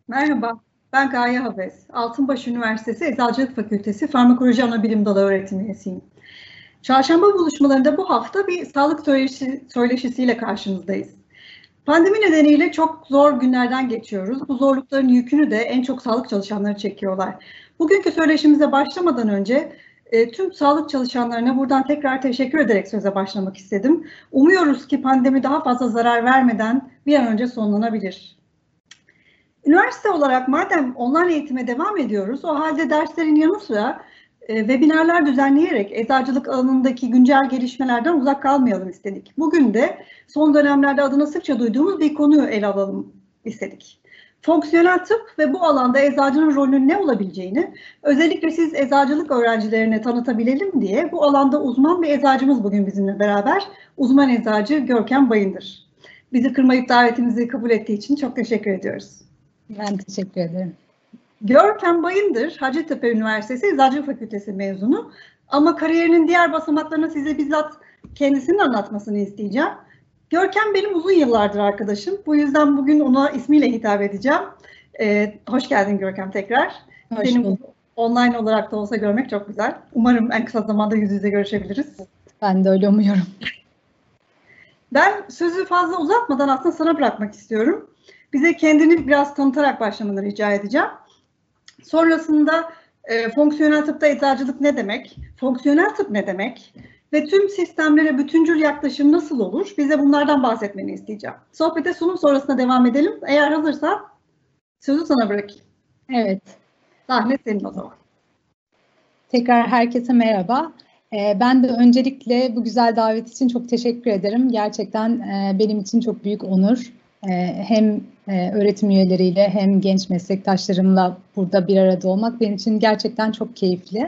Merhaba, ben Gaye Habes. Altınbaş Üniversitesi Eczacılık Fakültesi Farmakoloji Anabilim Dalı öğretim üyesiyim. Çarşamba buluşmalarında bu hafta bir sağlık söyleşisiyle karşınızdayız. Pandemi nedeniyle çok zor günlerden geçiyoruz. Bu zorlukların yükünü de en çok sağlık çalışanları çekiyorlar. Bugünkü söyleşimize başlamadan önce tüm sağlık çalışanlarına buradan tekrar teşekkür ederek söze başlamak istedim. Umuyoruz ki pandemi daha fazla zarar vermeden bir an önce sonlanabilir. Üniversite olarak madem online eğitime devam ediyoruz, o halde derslerin yanı sıra webinarlar düzenleyerek eczacılık alanındaki güncel gelişmelerden uzak kalmayalım istedik. Bugün de son dönemlerde adını sıkça duyduğumuz bir konuyu ele alalım istedik. Fonksiyonel tıp ve bu alanda eczacının rolünün ne olabileceğini özellikle siz eczacılık öğrencilerine tanıtabilelim diye bu alanda uzman bir eczacımız bugün bizimle beraber. Uzman eczacı Görkem Bayındır. Bizi kırmayıp davetimizi kabul ettiği için çok teşekkür ediyoruz. Ben teşekkür ederim. Görkem Bayındır, Hacettepe Üniversitesi Eczacılık Fakültesi mezunu. Ama kariyerinin diğer basamaklarını size bizzat kendisinin anlatmasını isteyeceğim. Görkem benim uzun yıllardır arkadaşım. Bu yüzden bugün ona ismiyle hitap edeceğim. Hoş geldin Görkem tekrar. Hoş bulduk. Online olarak da olsa görmek çok güzel. Umarım en kısa zamanda yüz yüze görüşebiliriz. Ben de öyle umuyorum. Ben sözü fazla uzatmadan aslında sana bırakmak istiyorum. Bize kendini biraz tanıtarak başlamanı rica edeceğim. Sonrasında fonksiyonel tıpta eczacılık ne demek, fonksiyonel tıp ne demek ve tüm sistemlere bütüncül yaklaşım nasıl olur? Bize bunlardan bahsetmeni isteyeceğim. Sohbete sunum sonrasında devam edelim. Eğer hazırsan sözü sana bırakayım. Evet. Sahne senin o zaman. Tekrar herkese merhaba. Ben de öncelikle bu güzel davet için çok teşekkür ederim. Gerçekten benim için çok büyük onur. Hem öğretim üyeleriyle hem genç meslektaşlarımla burada bir arada olmak benim için gerçekten çok keyifli.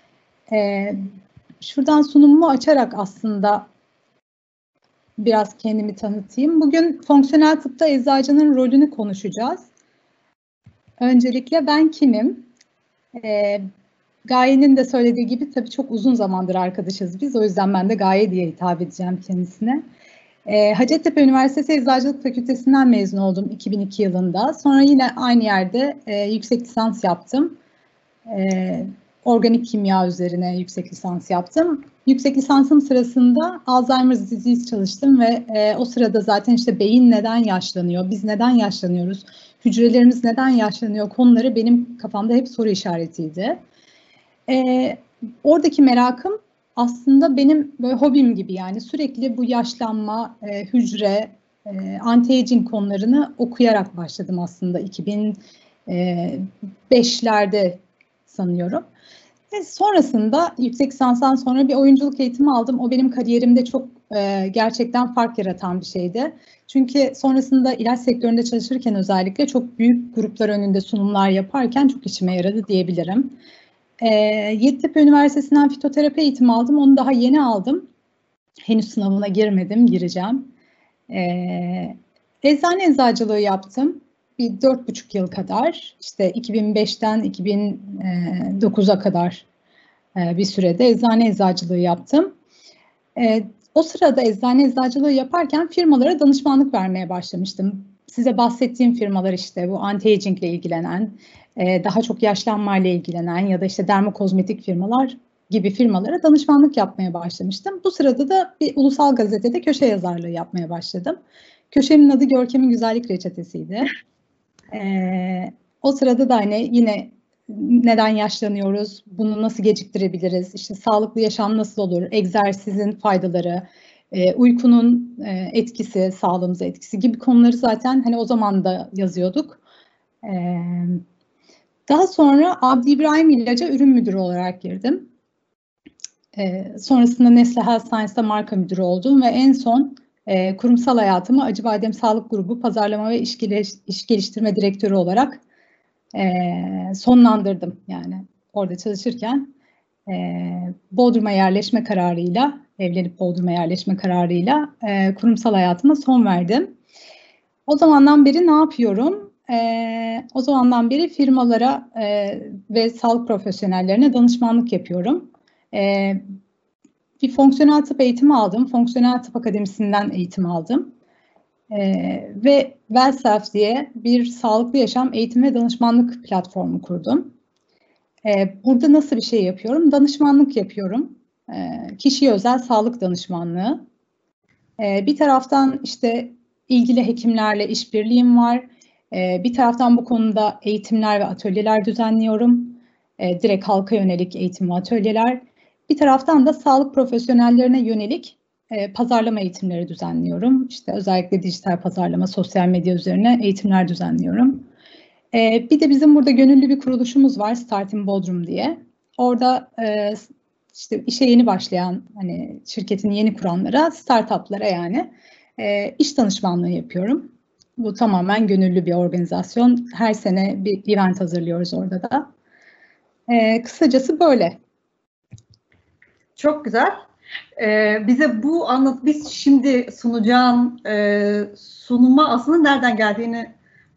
Şuradan sunumumu açarak aslında biraz kendimi tanıtayım. Bugün fonksiyonel tıpta eczacının rolünü konuşacağız. Öncelikle ben kimim? Gaye'nin de söylediği gibi tabii çok uzun zamandır arkadaşız biz. O yüzden ben de Gaye diye hitap edeceğim kendisine. Hacettepe Üniversitesi Eczacılık Fakültesinden mezun oldum 2002 yılında. Sonra yine aynı yerde yüksek lisans yaptım. Organik kimya üzerine yüksek lisans yaptım. Yüksek lisansım sırasında Alzheimer's disease çalıştım ve o sırada zaten işte beyin neden yaşlanıyor, biz neden yaşlanıyoruz, hücrelerimiz neden yaşlanıyor konuları benim kafamda hep soru işaretiydi. Oradaki merakım aslında benim böyle hobim gibi, yani sürekli bu yaşlanma, hücre, anti-aging konularını okuyarak başladım aslında 2005'lerde sanıyorum. Sonrasında yüksek lisanstan sonra bir oyunculuk eğitimi aldım. O benim kariyerimde çok gerçekten fark yaratan bir şeydi. Çünkü sonrasında ilaç sektöründe çalışırken özellikle çok büyük gruplar önünde sunumlar yaparken çok işime yaradı diyebilirim. Yeditepe Üniversitesi'nden fitoterapi eğitimi aldım. Onu daha yeni aldım. Henüz sınavına girmedim, gireceğim. Eczane eczacılığı yaptım. Bir 4,5 yıl kadar, işte 2005'ten 2009'a kadar bir sürede eczane eczacılığı yaptım. O sırada eczane eczacılığı yaparken firmalara danışmanlık vermeye başlamıştım. Size bahsettiğim firmalar işte bu anti-aging ile ilgilenen, daha çok yaşlanmayla ilgilenen ya da işte dermokozmetik firmalar gibi firmalara danışmanlık yapmaya başlamıştım. Bu sırada da bir ulusal gazetede köşe yazarlığı yapmaya başladım. Köşemin adı Görkem'in Güzellik Reçetesi'ydi. O sırada da hani yine neden yaşlanıyoruz, bunu nasıl geciktirebiliriz, işte sağlıklı yaşam nasıl olur, egzersizin faydaları, uykunun etkisi, sağlığımıza etkisi gibi konuları zaten hani o zaman da yazıyorduk. Daha sonra Abdi İbrahim İlaç'a ürün müdürü olarak girdim. Sonrasında Nestle Health Science'da marka müdürü oldum ve en son kurumsal hayatımı Acıbadem Sağlık Grubu Pazarlama ve İş Geliştirme Direktörü olarak sonlandırdım. Yani orada çalışırken Bodrum'a yerleşme kararıyla, evlenip Bodrum'a yerleşme kararıyla kurumsal hayatıma son verdim. O zamandan beri ne yapıyorum? O zamandan beri firmalara ve sağlık profesyonellerine danışmanlık yapıyorum. Bir fonksiyonel tıp eğitimi aldım. Fonksiyonel tıp akademisinden eğitim aldım. Ve WellSelf diye bir sağlıklı yaşam eğitim ve danışmanlık platformu kurdum. Burada nasıl bir şey yapıyorum? Danışmanlık yapıyorum. Kişiye özel sağlık danışmanlığı. Bir taraftan işte ilgili hekimlerle işbirliğim var. Bir taraftan bu konuda eğitimler ve atölyeler düzenliyorum. Direkt halka yönelik eğitim ve atölyeler. Bir taraftan da sağlık profesyonellerine yönelik pazarlama eğitimleri düzenliyorum. İşte özellikle dijital pazarlama, sosyal medya üzerine eğitimler düzenliyorum. Bir de bizim burada gönüllü bir kuruluşumuz var, Start in Bodrum diye. Orada işte işe yeni başlayan, hani şirketini yeni kuranlara, startuplara yani iş danışmanlığı yapıyorum. Bu tamamen gönüllü bir organizasyon. Her sene bir event hazırlıyoruz orada da. Kısacası böyle. Çok güzel. Bize biz şimdi sunacağın sunuma aslında nereden geldiğini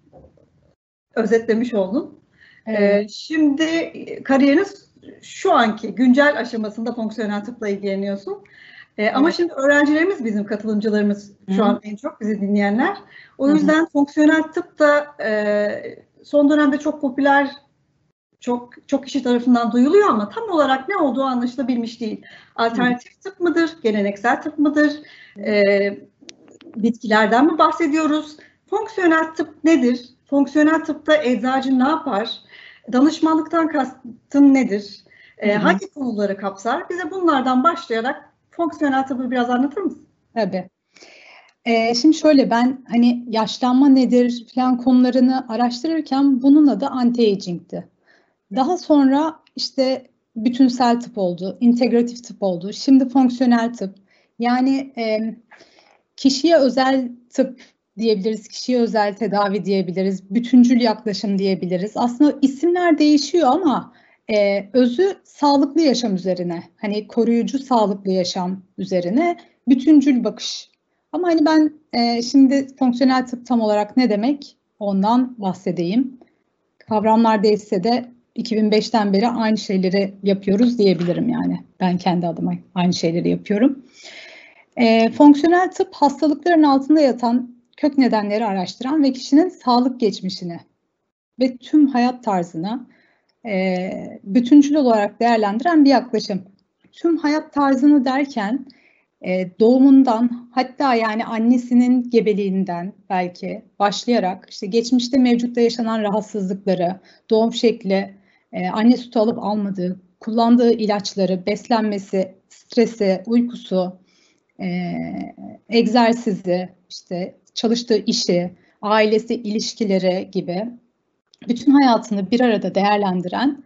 özetlemiş oldun. Evet. Şimdi kariyeriniz şu anki güncel aşamasında fonksiyonel tıpla ilgileniyorsun. Ama şimdi öğrencilerimiz, bizim katılımcılarımız şu an en çok bizi dinleyenler. O yüzden fonksiyonel tıp da son dönemde çok popüler, çok kişi tarafından duyuluyor ama tam olarak ne olduğu anlaşılabilmiş değil. Alternatif tıp mıdır, geleneksel tıp mıdır, bitkilerden mi bahsediyoruz? Fonksiyonel tıp nedir? Fonksiyonel tıpta eczacı ne yapar? Danışmanlıktan kastın nedir? Hangi konuları kapsar? Bize bunlardan başlayarak fonksiyonel tıbbı biraz anlatır mısın? Tabii. Şimdi şöyle, ben hani yaşlanma nedir falan konularını araştırırken bunun adı anti-aging'ti. Daha sonra işte bütünsel tıp oldu, integratif tıp oldu, şimdi fonksiyonel tıp. Yani kişiye özel tıp diyebiliriz, kişiye özel tedavi diyebiliriz, bütüncül yaklaşım diyebiliriz. Aslında isimler değişiyor ama özü sağlıklı yaşam üzerine, hani koruyucu sağlıklı yaşam üzerine bütüncül bakış. Ama hani ben şimdi fonksiyonel tıp tam olarak ne demek ondan bahsedeyim. Kavramlar değişse de 2005'ten beri aynı şeyleri yapıyoruz diyebilirim yani. Ben kendi adıma aynı şeyleri yapıyorum. Fonksiyonel tıp hastalıkların altında yatan kök nedenleri araştıran ve kişinin sağlık geçmişini ve tüm hayat tarzını bütüncül olarak değerlendiren bir yaklaşım. Tüm hayat tarzını derken doğumundan, hatta yani annesinin gebeliğinden belki başlayarak işte geçmişte mevcutta yaşanan rahatsızlıkları, doğum şekli, anne sütü alıp almadığı, kullandığı ilaçları, beslenmesi, stresi, uykusu, egzersizi, işte çalıştığı işi, ailesi, ilişkileri gibi bütün hayatını bir arada değerlendiren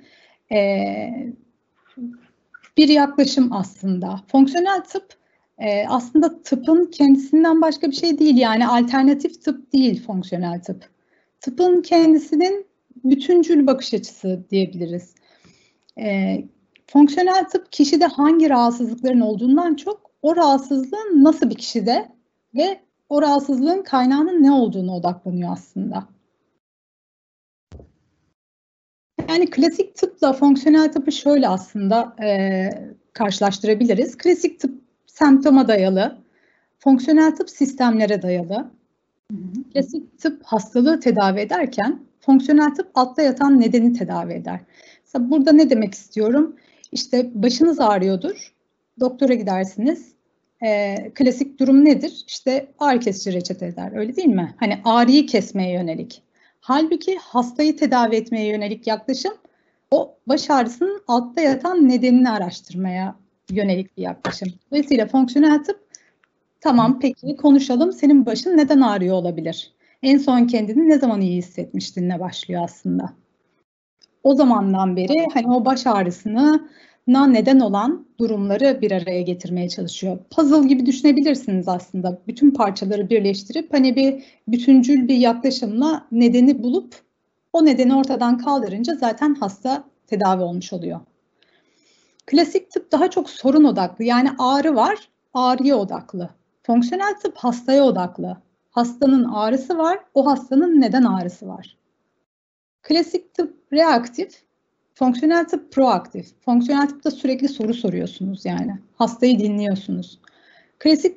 bir yaklaşım aslında. Fonksiyonel tıp aslında tıpın kendisinden başka bir şey değil. Yani alternatif tıp değil fonksiyonel tıp. Tıpın kendisinin bütüncül bakış açısı diyebiliriz. Fonksiyonel tıp kişide hangi rahatsızlıkların olduğundan çok o rahatsızlığın nasıl bir kişide ve o rahatsızlığın kaynağının ne olduğunu odaklanıyor aslında. Yani klasik tıpla fonksiyonel tıpı şöyle aslında karşılaştırabiliriz. Klasik tıp semptoma dayalı, fonksiyonel tıp sistemlere dayalı. Klasik tıp hastalığı tedavi ederken fonksiyonel tıp altta yatan nedeni tedavi eder. Mesela burada ne demek istiyorum? İşte başınız ağrıyordur, doktora gidersiniz. Klasik durum nedir? İşte ağrı kesici reçete eder, öyle değil mi? Hani ağrıyı kesmeye yönelik. Halbuki hastayı tedavi etmeye yönelik yaklaşım o baş ağrısının altta yatan nedenini araştırmaya yönelik bir yaklaşım. Dolayısıyla fonksiyonel tıp tamam peki konuşalım, senin başın neden ağrıyor olabilir? En son kendini ne zaman iyi hissetmiştinle başlıyor aslında. O zamandan beri hani o baş ağrısına neden olan durumları bir araya getirmeye çalışıyor. Puzzle gibi düşünebilirsiniz aslında. Bütün parçaları birleştirip hani bir bütüncül bir yaklaşımla nedeni bulup o nedeni ortadan kaldırınca zaten hasta tedavi olmuş oluyor. Klasik tıp daha çok sorun odaklı. Yani ağrı var, ağrıya odaklı. Fonksiyonel tıp hastaya odaklı. Hastanın ağrısı var, o hastanın neden ağrısı var. Klasik tıp reaktif, fonksiyonel tıp proaktif. Fonksiyonel tıpta sürekli soru soruyorsunuz yani. Hastayı dinliyorsunuz. Klasik tıp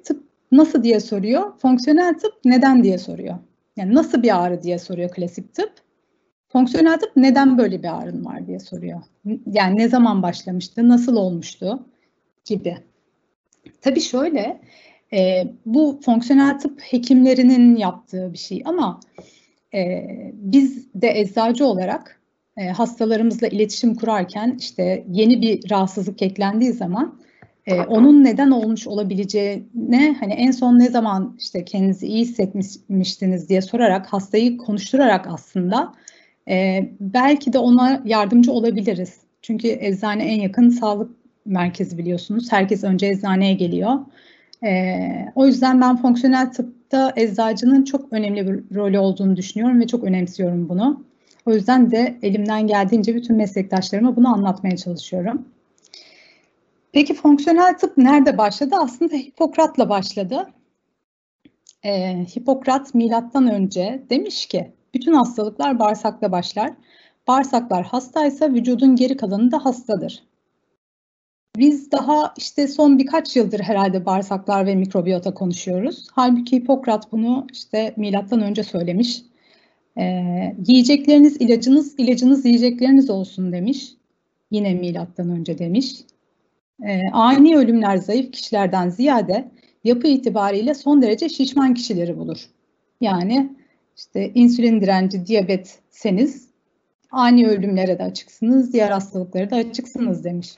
Nasıl diye soruyor. Fonksiyonel tıp neden diye soruyor. Yani nasıl bir ağrı diye soruyor klasik tıp. Fonksiyonel tıp neden böyle bir ağrın var diye soruyor. Yani ne zaman başlamıştı, nasıl olmuştu gibi. Tabii şöyle, bu fonksiyonel tıp hekimlerinin yaptığı bir şey ama biz de eczacı olarak hastalarımızla iletişim kurarken işte yeni bir rahatsızlık eklendiği zaman onun neden olmuş olabileceğine hani en son ne zaman işte kendinizi iyi hissetmiştiniz diye sorarak hastayı konuşturarak aslında belki de ona yardımcı olabiliriz. Çünkü eczane en yakın sağlık merkezi biliyorsunuz. Herkes önce eczaneye geliyor. O yüzden ben fonksiyonel tıpta eczacının çok önemli bir rolü olduğunu düşünüyorum ve çok önemsiyorum bunu. O yüzden de elimden geldiğince bütün meslektaşlarıma bunu anlatmaya çalışıyorum. Peki fonksiyonel tıp nerede başladı? Aslında Hipokrat'la başladı. Hipokrat milattan önce demiş ki bütün hastalıklar bağırsakla başlar. Bağırsaklar hastaysa vücudun geri kalanı da hastadır. Biz daha işte son birkaç yıldır herhalde bağırsaklar ve mikrobiyota konuşuyoruz. Halbuki Hipokrat bunu işte milattan önce söylemiş. Yiyecekleriniz ilacınız, ilacınız yiyecekleriniz olsun demiş. Yine milattan önce demiş. Ani ölümler zayıf kişilerden ziyade yapı itibariyle son derece şişman kişileri bulur. Yani işte insülin direnci, diyabetseniz ani ölümlere de açıksınız, diğer hastalıklara da açıksınız demiş.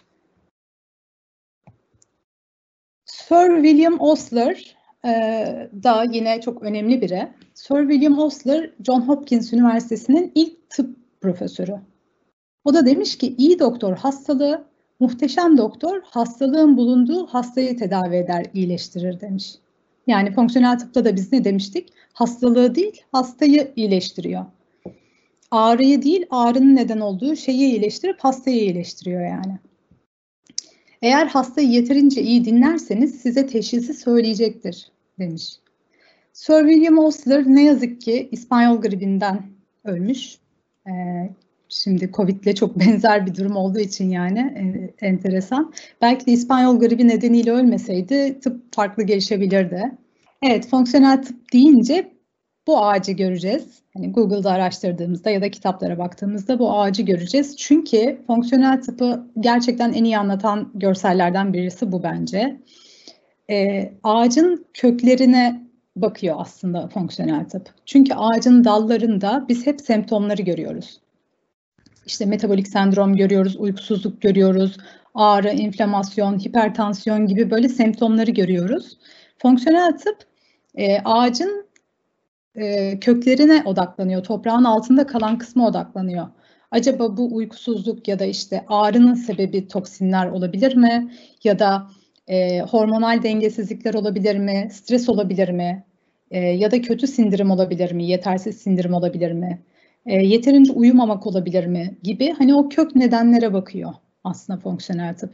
Sir William Osler da yine çok önemli biri. Sir William Osler, John Hopkins Üniversitesi'nin ilk tıp profesörü. O da demiş ki iyi doktor hastalığı, muhteşem doktor hastalığın bulunduğu hastayı tedavi eder, iyileştirir demiş. Yani fonksiyonel tıpta da biz ne demiştik? Hastalığı değil, hastayı iyileştiriyor. Ağrıyı değil, ağrının neden olduğu şeyi iyileştirip hastayı iyileştiriyor yani. Eğer hastayı yeterince iyi dinlerseniz size teşhisi söyleyecektir demiş. Sir William Osler ne yazık ki İspanyol gribinden ölmüş. Şimdi Covid'le çok benzer bir durum olduğu için yani enteresan. Belki de İspanyol gribi nedeniyle ölmeseydi tıp farklı gelişebilirdi. Evet, fonksiyonel tıp deyince bu ağacı göreceğiz. Hani Google'da araştırdığımızda ya da kitaplara baktığımızda bu ağacı göreceğiz. Çünkü fonksiyonel tıpı gerçekten en iyi anlatan görsellerden birisi bu bence. Ağacın köklerine bakıyor aslında fonksiyonel tıp. Çünkü ağacın dallarında biz hep semptomları görüyoruz. İşte metabolik sendrom görüyoruz, uykusuzluk görüyoruz, ağrı, inflamasyon, hipertansiyon gibi böyle semptomları görüyoruz. Fonksiyonel tıp ağacın köklerine odaklanıyor, toprağın altında kalan kısmı odaklanıyor. Acaba bu uykusuzluk ya da işte ağrının sebebi toksinler olabilir mi? Ya da hormonal dengesizlikler olabilir mi? Stres olabilir mi? Ya da kötü sindirim olabilir mi? Yetersiz sindirim olabilir mi? Yeterince uyumamak olabilir mi? Gibi hani o kök nedenlere bakıyor aslında fonksiyonel tıp.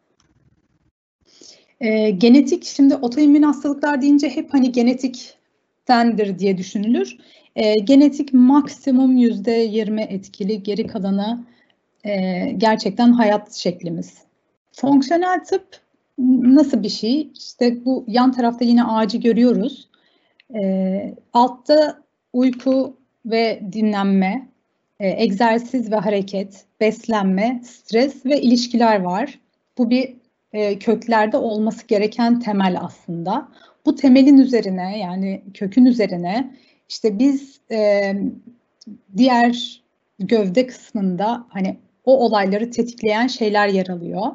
Genetik, şimdi otoimmün hastalıklar deyince hep hani genetiktendir diye düşünülür. Genetik maksimum %20 etkili, geri kalanı gerçekten hayat şeklimiz. Fonksiyonel tıp nasıl bir şey? İşte bu yan tarafta yine ağacı görüyoruz. Altta uyku ve dinlenme, egzersiz ve hareket, beslenme, stres ve ilişkiler var. Bu bir köklerde olması gereken temel aslında. Bu temelin üzerine yani kökün üzerine işte biz diğer gövde kısmında hani o olayları tetikleyen şeyler yer alıyor.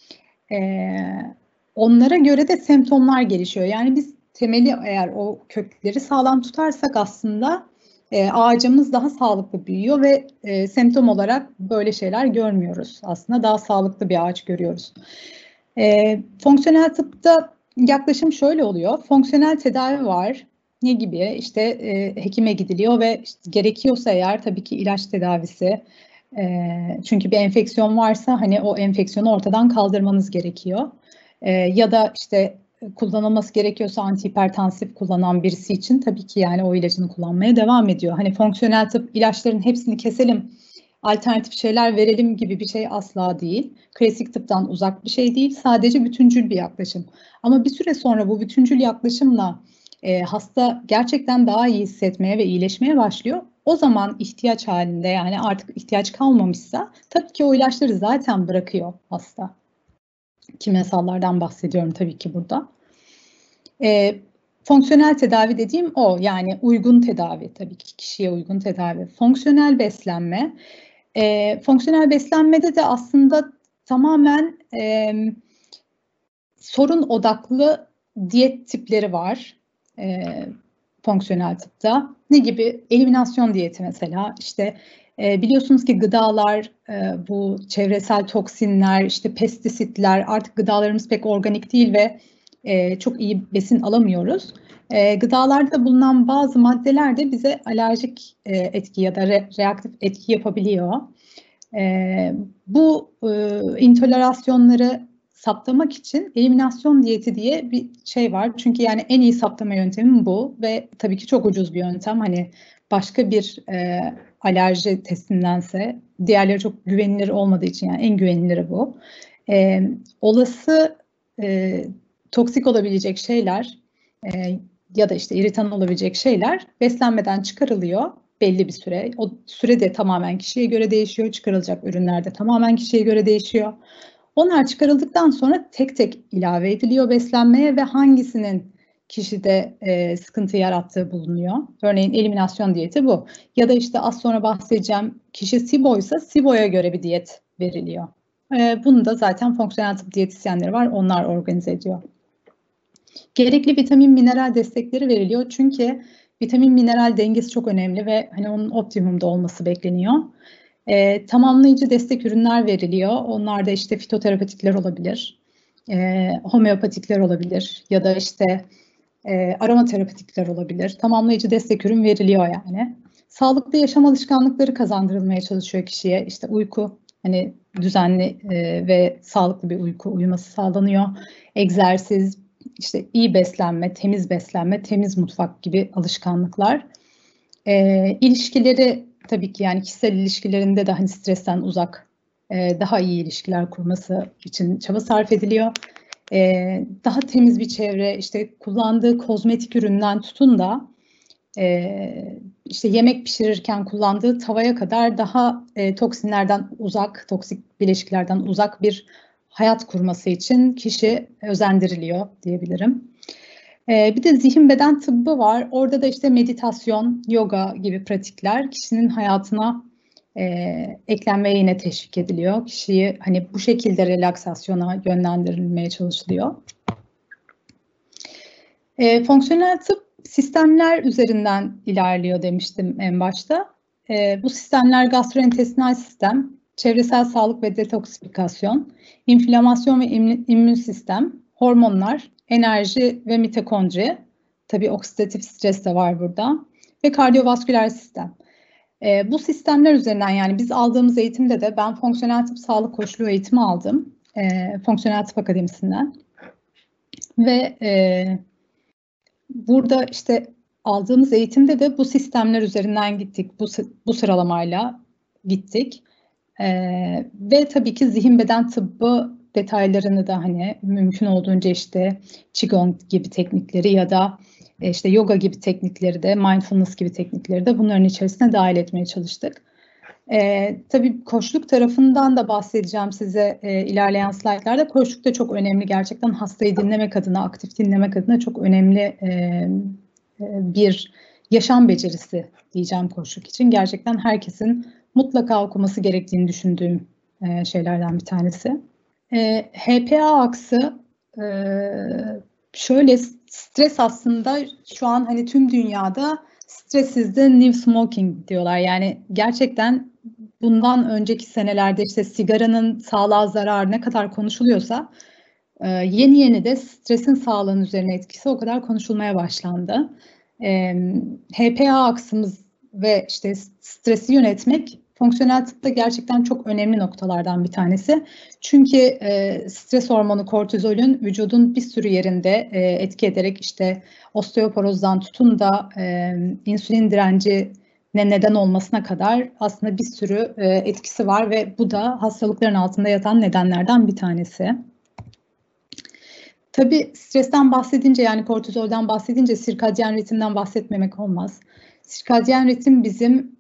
Onlara göre de semptomlar gelişiyor. Yani biz temeli eğer o kökleri sağlam tutarsak aslında ağacımız daha sağlıklı büyüyor ve semptom olarak böyle şeyler görmüyoruz. Aslında daha sağlıklı bir ağaç görüyoruz. Fonksiyonel tıpta yaklaşım şöyle oluyor. Fonksiyonel tedavi var. Ne gibi? İşte hekime gidiliyor ve işte gerekiyorsa eğer tabii ki ilaç tedavisi. Çünkü bir enfeksiyon varsa hani o enfeksiyonu ortadan kaldırmanız gerekiyor. Ya da işte kullanılması gerekiyorsa antihipertansif kullanan birisi için tabii ki yani o ilacını kullanmaya devam ediyor. Hani fonksiyonel tıp ilaçların hepsini keselim, alternatif şeyler verelim gibi bir şey asla değil. Klasik tıptan uzak bir şey değil, sadece bütüncül bir yaklaşım. Ama bir süre sonra bu bütüncül yaklaşımla hasta gerçekten daha iyi hissetmeye ve iyileşmeye başlıyor. O zaman ihtiyaç halinde, yani artık ihtiyaç kalmamışsa tabii ki o ilaçları zaten bırakıyor hasta. Kimyasallardan bahsediyorum tabii ki burada. Fonksiyonel tedavi dediğim o, yani uygun tedavi, tabii ki kişiye uygun tedavi. Fonksiyonel beslenme. Fonksiyonel beslenmede de aslında tamamen sorun odaklı diyet tipleri var fonksiyonel tıpta. Ne gibi? Eliminasyon diyeti mesela. İşte biliyorsunuz ki gıdalar, bu çevresel toksinler, işte pestisitler, artık gıdalarımız pek organik değil ve çok iyi besin alamıyoruz. Gıdalarda bulunan bazı maddeler de bize alerjik etki ya da reaktif etki yapabiliyor. Bu intolerasyonları saptamak için eliminasyon diyeti diye bir şey var. Çünkü yani en iyi saptama yöntemi bu ve tabii ki çok ucuz bir yöntem. Hani başka bir alerji testindense diğerleri çok güvenilir olmadığı için, yani en güveniliri bu. Olası toksik olabilecek şeyler ya da işte iritan olabilecek şeyler beslenmeden çıkarılıyor belli bir süre. O süre de tamamen kişiye göre değişiyor. Çıkarılacak ürünler de tamamen kişiye göre değişiyor. Onlar çıkarıldıktan sonra tek tek ilave ediliyor beslenmeye ve hangisinin kişide sıkıntı yarattığı bulunuyor. Örneğin eliminasyon diyeti bu. Ya da işte az sonra bahsedeceğim, kişi SIBO'ysa SIBO'ya göre bir diyet veriliyor. Bunu da zaten fonksiyonel tıp diyetisyenleri var, onlar organize ediyor. Gerekli vitamin, mineral destekleri veriliyor. Çünkü vitamin, mineral dengesi çok önemli ve hani onun optimumda olması bekleniyor. Tamamlayıcı destek ürünler veriliyor. Onlar da işte fitoterapetikler olabilir, homeopatikler olabilir ya da işte aromaterapetikler olabilir. Tamamlayıcı destek ürün veriliyor yani. Sağlıklı yaşam alışkanlıkları kazandırılmaya çalışıyor kişiye. İşte uyku, hani düzenli ve sağlıklı bir uyku uyuması sağlanıyor. Egzersiz, işte iyi beslenme, temiz mutfak gibi alışkanlıklar. İlişkileri tabii ki, yani kişisel ilişkilerinde de hani stresten uzak, daha iyi ilişkiler kurması için çaba sarf ediliyor. Daha temiz bir çevre, işte kullandığı kozmetik üründen tutun da işte yemek pişirirken kullandığı tavaya kadar daha toksinlerden uzak, toksik bileşiklerden uzak bir hayat kurması için kişi özendiriliyor diyebilirim. Bir de zihin beden tıbbı var. Orada da işte meditasyon, yoga gibi pratikler kişinin hayatına eklenmeye yine teşvik ediliyor. Kişiyi hani bu şekilde relaksasyona yönlendirilmeye çalışılıyor. Fonksiyonel tıp sistemler üzerinden ilerliyor demiştim en başta. Bu sistemler gastrointestinal sistem, çevresel sağlık ve detoksifikasyon, inflamasyon ve immün sistem, hormonlar, enerji ve mitokondri, tabii oksidatif stres de var burada ve kardiyovasküler sistem. Bu sistemler üzerinden, yani biz aldığımız eğitimde de ben fonksiyonel tıp sağlık koçluğu eğitimi aldım. Fonksiyonel tıp akademisinden ve burada işte aldığımız eğitimde de bu sistemler üzerinden gittik, bu sıralamayla gittik. Ve tabii ki zihin beden tıbbı detaylarını da hani mümkün olduğunca işte Qigong gibi teknikleri ya da işte yoga gibi teknikleri de, mindfulness gibi teknikleri de bunların içerisine dahil etmeye çalıştık. Tabii koçluk tarafından da bahsedeceğim size ilerleyen slaytlarda. Koçluk da çok önemli gerçekten, hastayı dinlemek adına, aktif dinlemek adına çok önemli bir yaşam becerisi diyeceğim koçluk için. Gerçekten herkesin mutlaka okuması gerektiğini düşündüğüm şeylerden bir tanesi. HPA aksı, şöyle, stres aslında şu an hani tüm dünyada stress is the new smoking diyorlar. Yani gerçekten bundan önceki senelerde işte sigaranın sağlığa zararı ne kadar konuşuluyorsa yeni de stresin sağlığın üzerine etkisi o kadar konuşulmaya başlandı. HPA aksımız ve işte stresi yönetmek fonksiyonel tıpta gerçekten çok önemli noktalardan bir tanesi. Çünkü stres hormonu kortizolün vücudun bir sürü yerinde etki ederek işte osteoporozdan tutun da insülin direnci neden olmasına kadar aslında bir sürü etkisi var ve bu da hastalıkların altında yatan nedenlerden bir tanesi. Tabii stresten bahsedince, yani kortizolden bahsedince sirkadyen ritimden bahsetmemek olmaz. Sirkadyen ritim bizim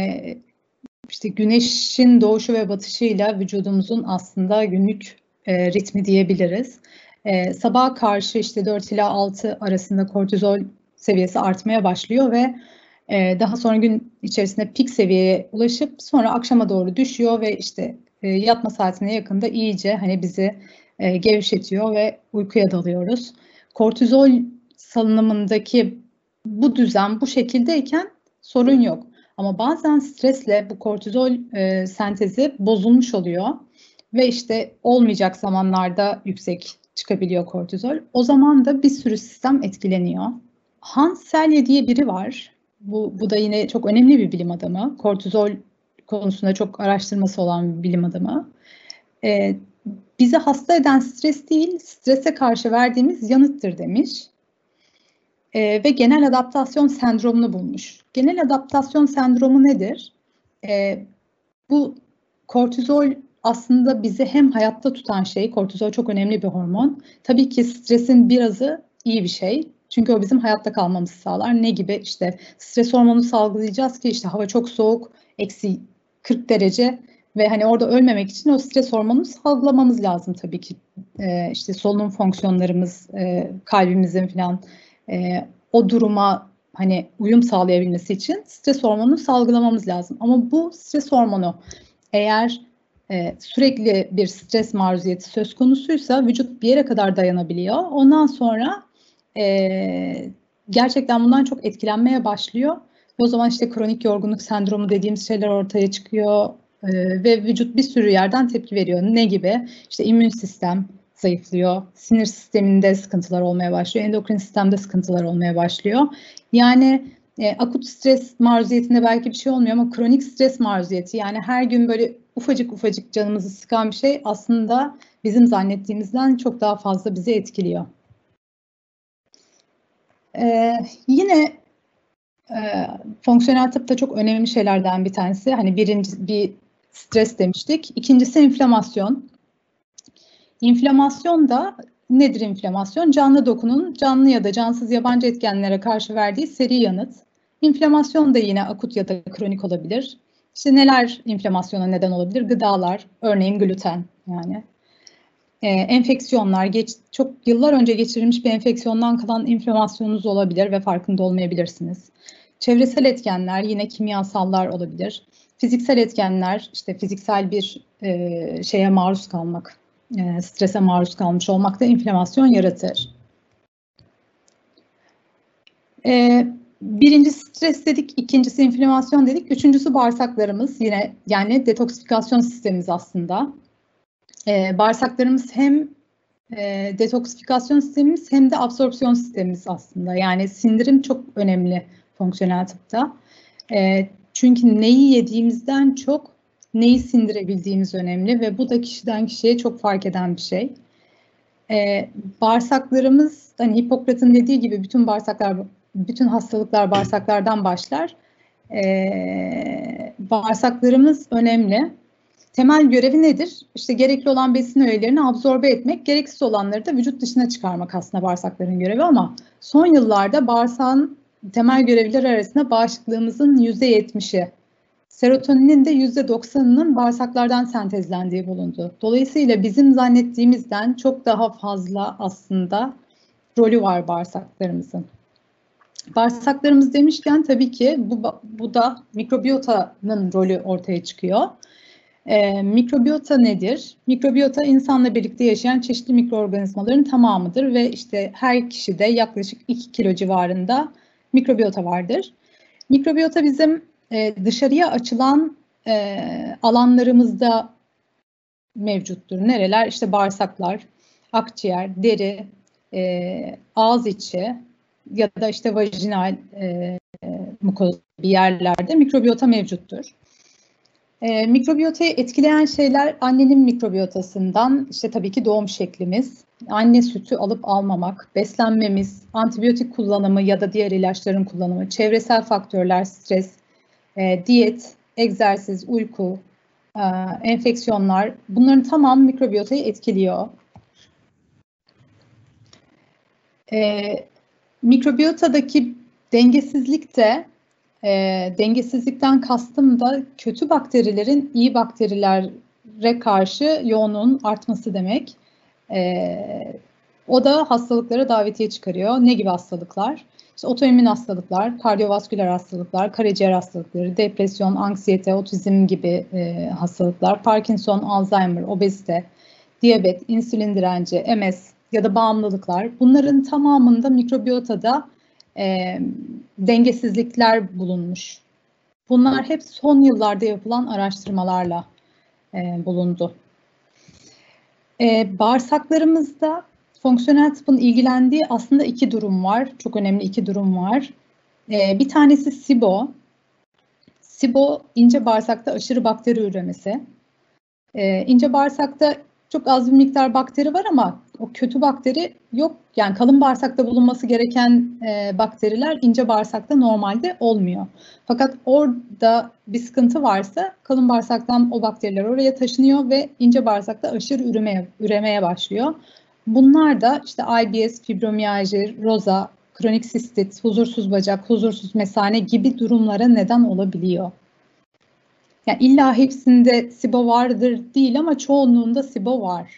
işte güneşin doğuşu ve batışıyla vücudumuzun aslında günlük ritmi diyebiliriz. Sabaha karşı işte 4 ila 6 arasında kortizol seviyesi artmaya başlıyor ve daha sonra gün içerisinde pik seviyeye ulaşıp sonra akşama doğru düşüyor ve işte yatma saatine yakında iyice hani bizi gevşetiyor ve uykuya dalıyoruz. Kortizol salınımındaki bu düzen bu şekildeyken sorun yok. Ama bazen stresle bu kortizol sentezi bozulmuş oluyor ve işte olmayacak zamanlarda yüksek çıkabiliyor kortizol. O zaman da bir sürü sistem etkileniyor. Hans Selye diye biri var. Bu da yine çok önemli bir bilim adamı. Kortizol konusunda çok araştırması olan bir bilim adamı. Bizi hasta eden stres değil, strese karşı verdiğimiz yanıttır demiş. Ve genel adaptasyon sendromunu bulmuş. Genel adaptasyon sendromu nedir? Bu kortizol aslında bizi hem hayatta tutan şey, kortizol çok önemli bir hormon. Tabii ki stresin birazı iyi bir şey. Çünkü o bizim hayatta kalmamızı sağlar. Ne gibi? İşte stres hormonu salgılayacağız ki işte hava çok soğuk, eksi 40 derece ve hani orada ölmemek için o stres hormonunu salgılamamız lazım tabii ki. İşte solunum fonksiyonlarımız, kalbimizin falan o duruma hani uyum sağlayabilmesi için stres hormonunu salgılamamız lazım. Ama bu stres hormonu eğer sürekli bir stres maruziyeti söz konusuysa vücut bir yere kadar dayanabiliyor. Ondan sonra gerçekten bundan çok etkilenmeye başlıyor. O zaman işte kronik yorgunluk sendromu dediğimiz şeyler ortaya çıkıyor ve vücut bir sürü yerden tepki veriyor. Ne gibi? İşte immün sistem zayıflıyor, sinir sisteminde sıkıntılar olmaya başlıyor, endokrin sistemde sıkıntılar olmaya başlıyor. Yani akut stres maruziyetinde belki bir şey olmuyor ama kronik stres maruziyeti, yani her gün böyle ufacık ufacık canımızı sıkan bir şey aslında bizim zannettiğimizden çok daha fazla bizi etkiliyor. Yine fonksiyonel tıpta çok önemli şeylerden bir tanesi, hani birinci bir stres demiştik, ikincisi inflamasyon. İnflamasyon da nedir inflamasyon? Canlı dokunun canlı ya da cansız yabancı etkenlere karşı verdiği seri yanıt. İnflamasyon da yine akut ya da kronik olabilir. İşte neler inflamasyona neden olabilir? Gıdalar, örneğin gluten yani. Enfeksiyonlar, çok yıllar önce geçirilmiş bir enfeksiyondan kalan inflamasyonunuz olabilir ve farkında olmayabilirsiniz. Çevresel etkenler, yine kimyasallar olabilir. Fiziksel etkenler, işte fiziksel bir şeye maruz kalmak, strese maruz kalmış olmak da inflamasyon yaratır. Birincisi stres dedik, ikincisi inflamasyon dedik, üçüncüsü bağırsaklarımız, yine yani detoksifikasyon sistemimiz aslında. Bağırsaklarımız hem detoksifikasyon sistemimiz hem de absorpsiyon sistemimiz aslında. Yani sindirim çok önemli fonksiyonel tıpta. Çünkü neyi yediğimizden çok neyi sindirebildiğimiz önemli ve bu da kişiden kişiye çok fark eden bir şey. Bağırsaklarımız, hani Hipokrat'ın dediği gibi bütün hastalıklar bağırsaklardan başlar. Bağırsaklarımız önemli. Temel görevi nedir? İşte gerekli olan besin öğelerini absorbe etmek, gereksiz olanları da vücut dışına çıkarmak aslında bağırsakların görevi, ama son yıllarda bağırsağın temel görevleri arasında bağışıklığımızın %70'i, serotoninin de %90'ının bağırsaklardan sentezlendiği bulundu. Dolayısıyla bizim zannettiğimizden çok daha fazla aslında rolü var bağırsaklarımızın. Bağırsaklarımız demişken tabii ki bu da mikrobiyotanın rolü ortaya çıkıyor. Mikrobiyota nedir? Mikrobiyota insanla birlikte yaşayan çeşitli mikroorganizmaların tamamıdır ve işte her kişide yaklaşık 2 kilo civarında mikrobiyota vardır. Mikrobiyota bizim dışarıya açılan alanlarımızda mevcuttur. Nereler? İşte bağırsaklar, akciğer, deri, ağız içi ya da işte vajinal mukoz bir yerlerde mikrobiyota mevcuttur. Mikrobiyotayı etkileyen şeyler annenin mikrobiyotasından, işte tabii ki doğum şeklimiz, anne sütü alıp almamak, beslenmemiz, antibiyotik kullanımı ya da diğer ilaçların kullanımı, çevresel faktörler, stres, diyet, egzersiz, uyku, enfeksiyonlar, bunların tamamı mikrobiyotayı etkiliyor. Mikrobiyotadaki dengesizlikten kastım da kötü bakterilerin iyi bakterilere karşı yoğunluğun artması demek. O da hastalıklara davetiye çıkarıyor. Ne gibi hastalıklar? İşte otoimmün hastalıklar, kardiyovasküler hastalıklar, karaciğer hastalıkları, depresyon, anksiyete, otizm gibi hastalıklar, Parkinson, Alzheimer, obezite, diyabet, insülin direnci, MS ya da bağımlılıklar. Bunların tamamında mikrobiyotada dengesizlikler bulunmuş. Bunlar hep son yıllarda yapılan araştırmalarla bulundu. Bağırsaklarımızda fonksiyonel tıbbın ilgilendiği aslında iki durum var. Çok önemli iki durum var. Bir tanesi SIBO. SIBO, ince bağırsakta aşırı bakteri üremesi. İnce bağırsakta çok az bir miktar bakteri var ama o kötü bakteri yok. Yani kalın bağırsakta bulunması gereken bakteriler ince bağırsakta normalde olmuyor. Fakat orada bir sıkıntı varsa kalın bağırsaktan o bakteriler oraya taşınıyor ve ince bağırsakta aşırı üremeye başlıyor. Bunlar da işte IBS, fibromiyalji, roza, kronik sistit, huzursuz bacak, huzursuz mesane gibi durumlara neden olabiliyor. Yani illa hepsinde SIBO vardır değil ama çoğunluğunda SIBO var.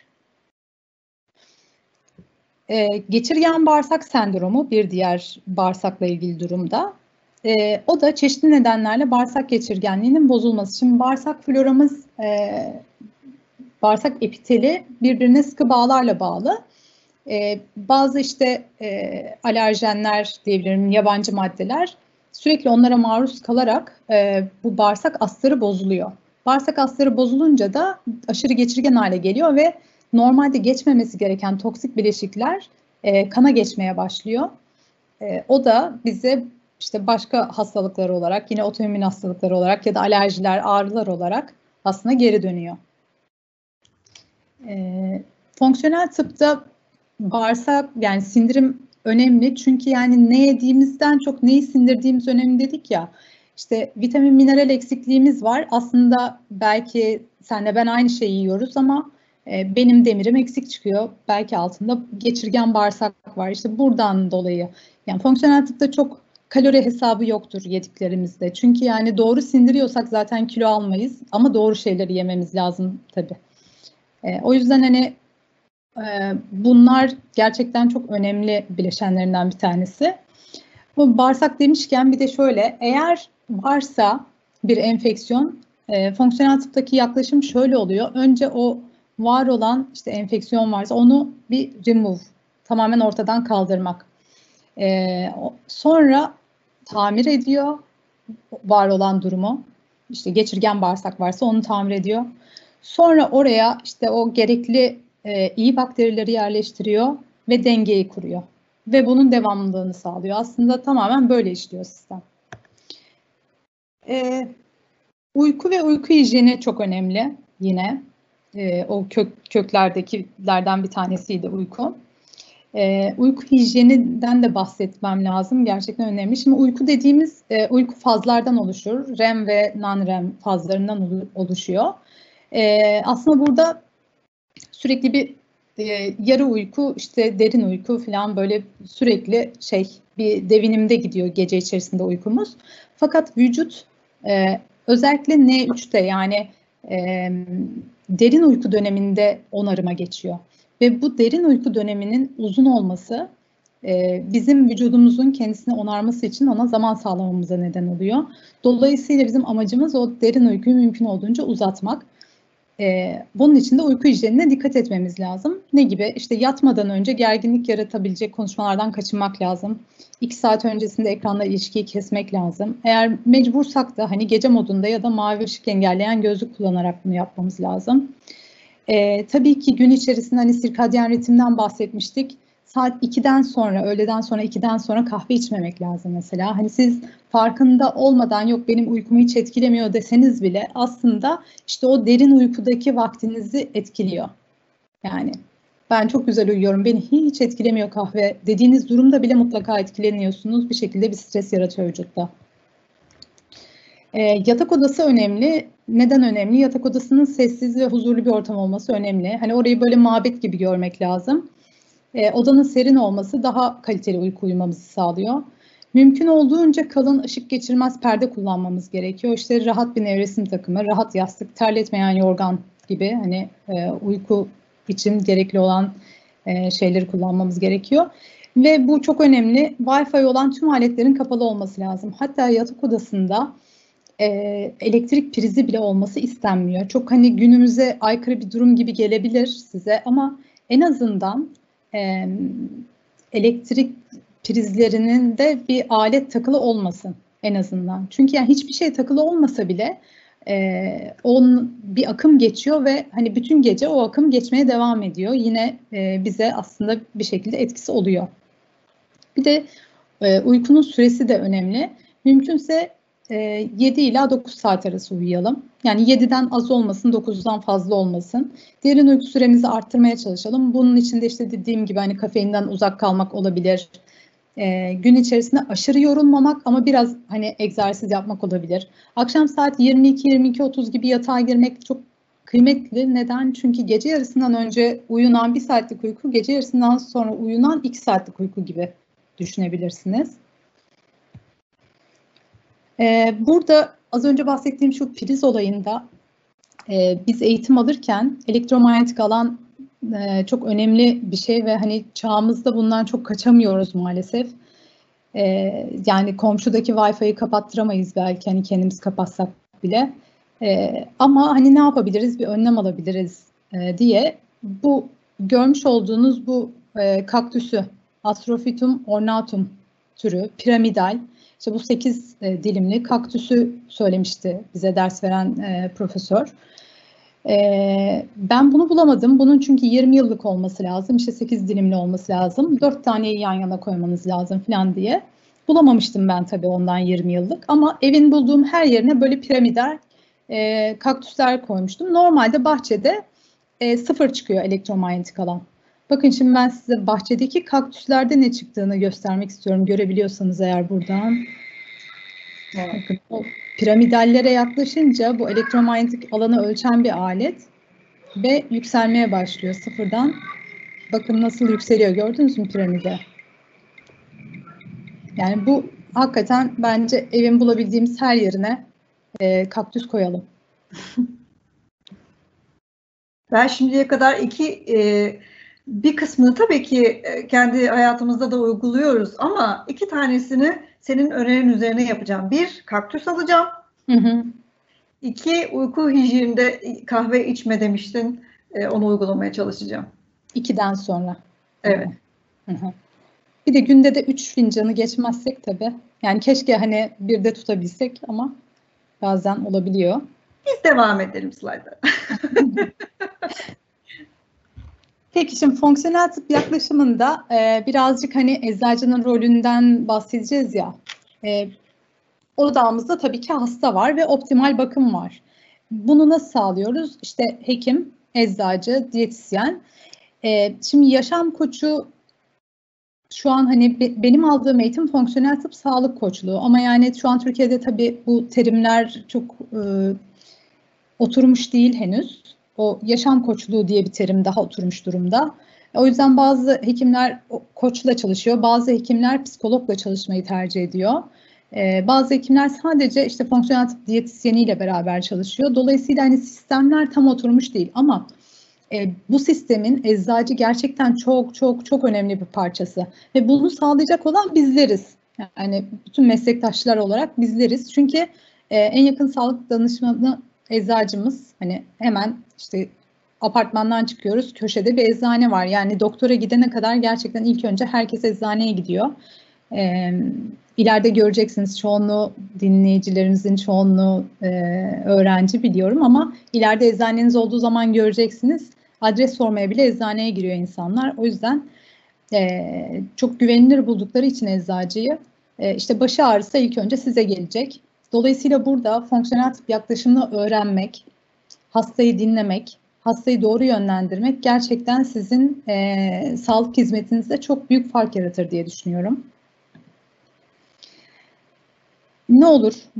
Geçirgen bağırsak sendromu bir diğer bağırsakla ilgili durumda. O da çeşitli nedenlerle bağırsak geçirgenliğinin bozulması. Şimdi bağırsak floramız, bağırsak epiteli birbirine sıkı bağlarla bağlı. Bazı işte alerjenler diyebilirim, yabancı maddeler sürekli onlara maruz kalarak bu bağırsak astarı bozuluyor. Bağırsak astarı bozulunca da aşırı geçirgen hale geliyor ve normalde geçmemesi gereken toksik bileşikler kana geçmeye başlıyor. O da bize işte başka hastalıklar olarak, yine otoimmün hastalıklar olarak ya da alerjiler, ağrılar olarak aslında geri dönüyor. Fonksiyonel tıpta bağırsak, yani sindirim önemli çünkü yani ne yediğimizden çok neyi sindirdiğimiz önemli dedik ya. İşte vitamin, mineral eksikliğimiz var. Aslında belki senle ben aynı şeyi yiyoruz ama benim demirim eksik çıkıyor. Belki altında geçirgen bağırsak var. İşte buradan dolayı. Yani fonksiyonel tıpta çok kalori hesabı yoktur yediklerimizde. Çünkü yani doğru sindiriyorsak zaten kilo almayız ama doğru şeyleri yememiz lazım tabii. O yüzden hani bunlar gerçekten çok önemli bileşenlerinden bir tanesi. Bu bağırsak demişken bir de şöyle, eğer varsa bir enfeksiyon, fonksiyonel tıptaki yaklaşım şöyle oluyor. Önce o var olan işte enfeksiyon varsa onu bir remove, tamamen ortadan kaldırmak. Sonra tamir ediyor var olan durumu. İşte geçirgen bağırsak varsa onu tamir ediyor. Sonra oraya işte o gerekli iyi bakterileri yerleştiriyor ve dengeyi kuruyor. Ve bunun devamlılığını sağlıyor. Aslında tamamen böyle işliyor sistem. Uyku ve uyku hijyeni çok önemli yine. O köklerdekilerden bir tanesiydi uyku. Uyku hijyeninden de bahsetmem lazım. Gerçekten önemli. Şimdi uyku dediğimiz uyku fazlardan oluşur. REM ve non-REM fazlarından oluşuyor. Aslında burada sürekli bir yarı uyku, işte derin uyku falan böyle sürekli bir devinimde gidiyor gece içerisinde uykumuz. Fakat vücut özellikle N3'te yani derin uyku döneminde onarıma geçiyor. Ve bu derin uyku döneminin uzun olması bizim vücudumuzun kendisini onarması için ona zaman sağlamamıza neden oluyor. Dolayısıyla bizim amacımız o derin uykuyu mümkün olduğunca uzatmak. Bunun için de uyku hijyenine dikkat etmemiz lazım. Ne gibi? İşte yatmadan önce gerginlik yaratabilecek konuşmalardan kaçınmak lazım. 2 saat öncesinde ekranla ilişkiyi kesmek lazım. Eğer mecbursak da hani gece modunda ya da mavi ışık engelleyen gözlük kullanarak bunu yapmamız lazım. Tabii ki gün içerisinde hani sirkadyen ritimden bahsetmiştik. Saat 2'den sonra, öğleden sonra 2'den sonra kahve içmemek lazım mesela. Hani siz farkında olmadan yok benim uykumu hiç etkilemiyor deseniz bile aslında işte o derin uykudaki vaktinizi etkiliyor. Yani ben çok güzel uyuyorum, beni hiç etkilemiyor kahve dediğiniz durumda bile mutlaka etkileniyorsunuz. Bir şekilde bir stres yaratıyor vücutta. Yatak odası önemli. Neden önemli? Yatak odasının sessiz ve huzurlu bir ortam olması önemli. Hani orayı böyle mabet gibi görmek lazım. Odanın serin olması daha kaliteli uyku uyumamızı sağlıyor. Mümkün olduğunca kalın ışık geçirmez perde kullanmamız gerekiyor. İşte rahat bir nevresim takımı, rahat yastık, terletmeyen yorgan gibi hani uyku için gerekli olan şeyleri kullanmamız gerekiyor. Ve bu çok önemli. Wi-Fi olan tüm aletlerin kapalı olması lazım. Hatta yatak odasında elektrik prizi bile olması istenmiyor. Çok hani günümüze aykırı bir durum gibi gelebilir size ama en azından elektrik prizlerinin de bir alet takılı olmasın en azından. Çünkü yani hiçbir şey takılı olmasa bile bir akım geçiyor ve hani bütün gece o akım geçmeye devam ediyor. Yine bize aslında bir şekilde etkisi oluyor. Bir de uykunun süresi de önemli. Mümkünse 7 ila 9 saat arası uyuyalım. Yani 7'den az olmasın, 9'dan fazla olmasın. Derin uyku süremizi arttırmaya çalışalım. Bunun için de işte dediğim gibi hani kafeinden uzak kalmak olabilir. Gün içerisinde aşırı yorulmamak ama biraz hani egzersiz yapmak olabilir. Akşam saat 22-22-30 gibi yatağa girmek çok kıymetli. Neden? Çünkü gece yarısından önce uyunan 1 saatlik uyku, gece yarısından sonra uyunan 2 saatlik uyku gibi düşünebilirsiniz. Burada az önce bahsettiğim şu priz olayında biz eğitim alırken elektromanyetik alan çok önemli bir şey ve hani çağımızda bundan çok kaçamıyoruz maalesef. Yani komşudaki Wi-Fi'yi kapattıramayız belki hani kendimiz kapatsak bile. Ama hani ne yapabiliriz? Bir önlem alabiliriz diye bu görmüş olduğunuz bu kaktüsü Astrophytum ornatum türü piramidal. İşte bu 8 dilimli kaktüsü söylemişti bize ders veren profesör. Ben bunu bulamadım. Bunun çünkü 20 yıllık olması lazım. İşte 8 dilimli olması lazım. 4 taneyi yan yana koymanız lazım falan diye. Bulamamıştım ben tabii ondan 20 yıllık. Ama evin bulduğum her yerine böyle piramidal kaktüsler koymuştum. Normalde bahçede 0 çıkıyor elektromanyetik alan. Bakın şimdi ben size bahçedeki kaktüslerde ne çıktığını göstermek istiyorum. Görebiliyorsanız eğer buradan. Bakın o piramidallere yaklaşınca bu elektromanyetik alanı ölçen bir alet ve yükselmeye başlıyor sıfırdan. Bakın nasıl yükseliyor, gördünüz mü piramide? Yani bu hakikaten bence evin bulabildiğimiz her yerine kaktüs koyalım. Ben şimdiye kadar bir kısmını tabii ki kendi hayatımızda da uyguluyoruz ama 2 tanesini senin önerin üzerine yapacağım. 1, kaktüs alacağım. Hı hı. 2, uyku hijyeninde kahve içme demiştin. Onu uygulamaya çalışacağım. 2'den sonra. Evet. Hı hı. Bir de günde de 3 fincanı geçmezsek tabii. Yani keşke hani bir de tutabilsek ama bazen olabiliyor. Biz devam edelim slayda. Peki şimdi fonksiyonel tıp yaklaşımında birazcık hani eczacının rolünden bahsedeceğiz ya. Odamızda tabii ki hasta var ve optimal bakım var. Bunu nasıl sağlıyoruz? İşte hekim, eczacı, diyetisyen. Şimdi yaşam koçu şu an hani benim aldığım eğitim fonksiyonel tıp sağlık koçluğu ama yani şu an Türkiye'de tabii bu terimler çok oturmuş değil henüz. O yaşam koçluğu diye bir terim daha oturmuş durumda. O yüzden bazı hekimler koçla çalışıyor, bazı hekimler psikologla çalışmayı tercih ediyor. Bazı hekimler sadece işte fonksiyonel tıp diyetisyeniyle beraber çalışıyor. Dolayısıyla hani sistemler tam oturmuş değil ama bu sistemin eczacı gerçekten çok çok çok önemli bir parçası ve bunu sağlayacak olan bizleriz. Yani bütün meslektaşlar olarak bizleriz. Çünkü en yakın sağlık danışmanı eczacımız, hani hemen işte apartmandan çıkıyoruz, köşede bir eczane var. Yani doktora gidene kadar gerçekten ilk önce herkes eczaneye gidiyor. İleride göreceksiniz, çoğunluğu dinleyicilerimizin çoğunluğu öğrenci biliyorum ama ileride eczaneniz olduğu zaman göreceksiniz. Adres sormaya bile eczaneye giriyor insanlar. O yüzden çok güvenilir buldukları için eczacıyı işte başı ağrısa ilk önce size gelecek. Dolayısıyla burada fonksiyonel tıp yaklaşımını öğrenmek, hastayı dinlemek, hastayı doğru yönlendirmek gerçekten sizin sağlık hizmetinizde çok büyük fark yaratır diye düşünüyorum. Ne olur bu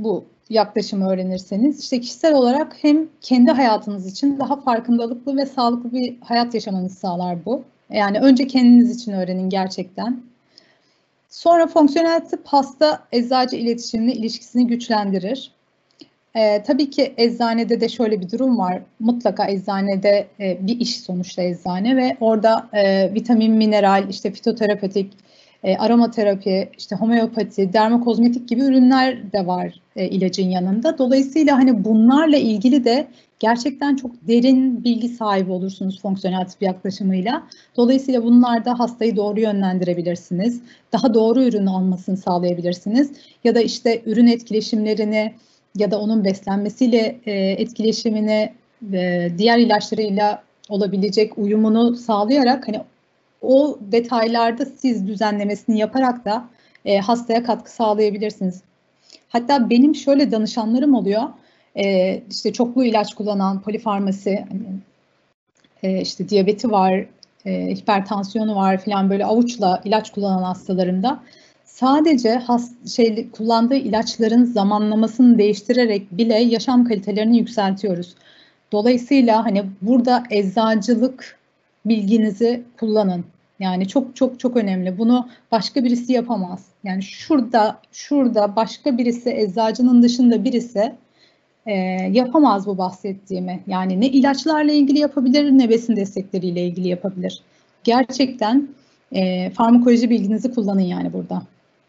yaklaşımı öğrenirseniz işte kişisel olarak hem kendi hayatınız için daha farkındalıklı ve sağlıklı bir hayat yaşamanızı sağlar bu. Yani önce kendiniz için öğrenin gerçekten. Sonra fonksiyonel tıp hasta eczacı iletişimini, ilişkisini güçlendirir. Tabii ki eczanede de şöyle bir durum var. Mutlaka eczanede bir iş sonuçta eczane ve orada vitamin, mineral, işte fitoterapetik, aromaterapi, işte homeopati, dermokozmetik gibi ürünler de var ilacın yanında. Dolayısıyla hani bunlarla ilgili de gerçekten çok derin bilgi sahibi olursunuz fonksiyonel tıp yaklaşımıyla. Dolayısıyla bunlarda hastayı doğru yönlendirebilirsiniz. Daha doğru ürün almasını sağlayabilirsiniz. Ya da işte ürün etkileşimlerini ya da onun beslenmesiyle etkileşimini diğer ilaçlarıyla olabilecek uyumunu sağlayarak hani o detaylarda siz düzenlemesini yaparak da hastaya katkı sağlayabilirsiniz. Hatta benim şöyle danışanlarım oluyor. İşte çoklu ilaç kullanan polifarmasi, işte diyabeti var, hipertansiyonu var falan böyle avuçla ilaç kullanan hastalarımda sadece kullandığı ilaçların zamanlamasını değiştirerek bile yaşam kalitelerini yükseltiyoruz. Dolayısıyla hani burada eczacılık bilginizi kullanın. Yani çok çok çok önemli. Bunu başka birisi yapamaz. Yani şurada başka birisi, eczacının dışında birisi yapamaz bu bahsettiğimi. Yani ne ilaçlarla ilgili yapabilir ne besin destekleriyle ilgili yapabilir. Gerçekten farmakoloji bilginizi kullanın yani burada.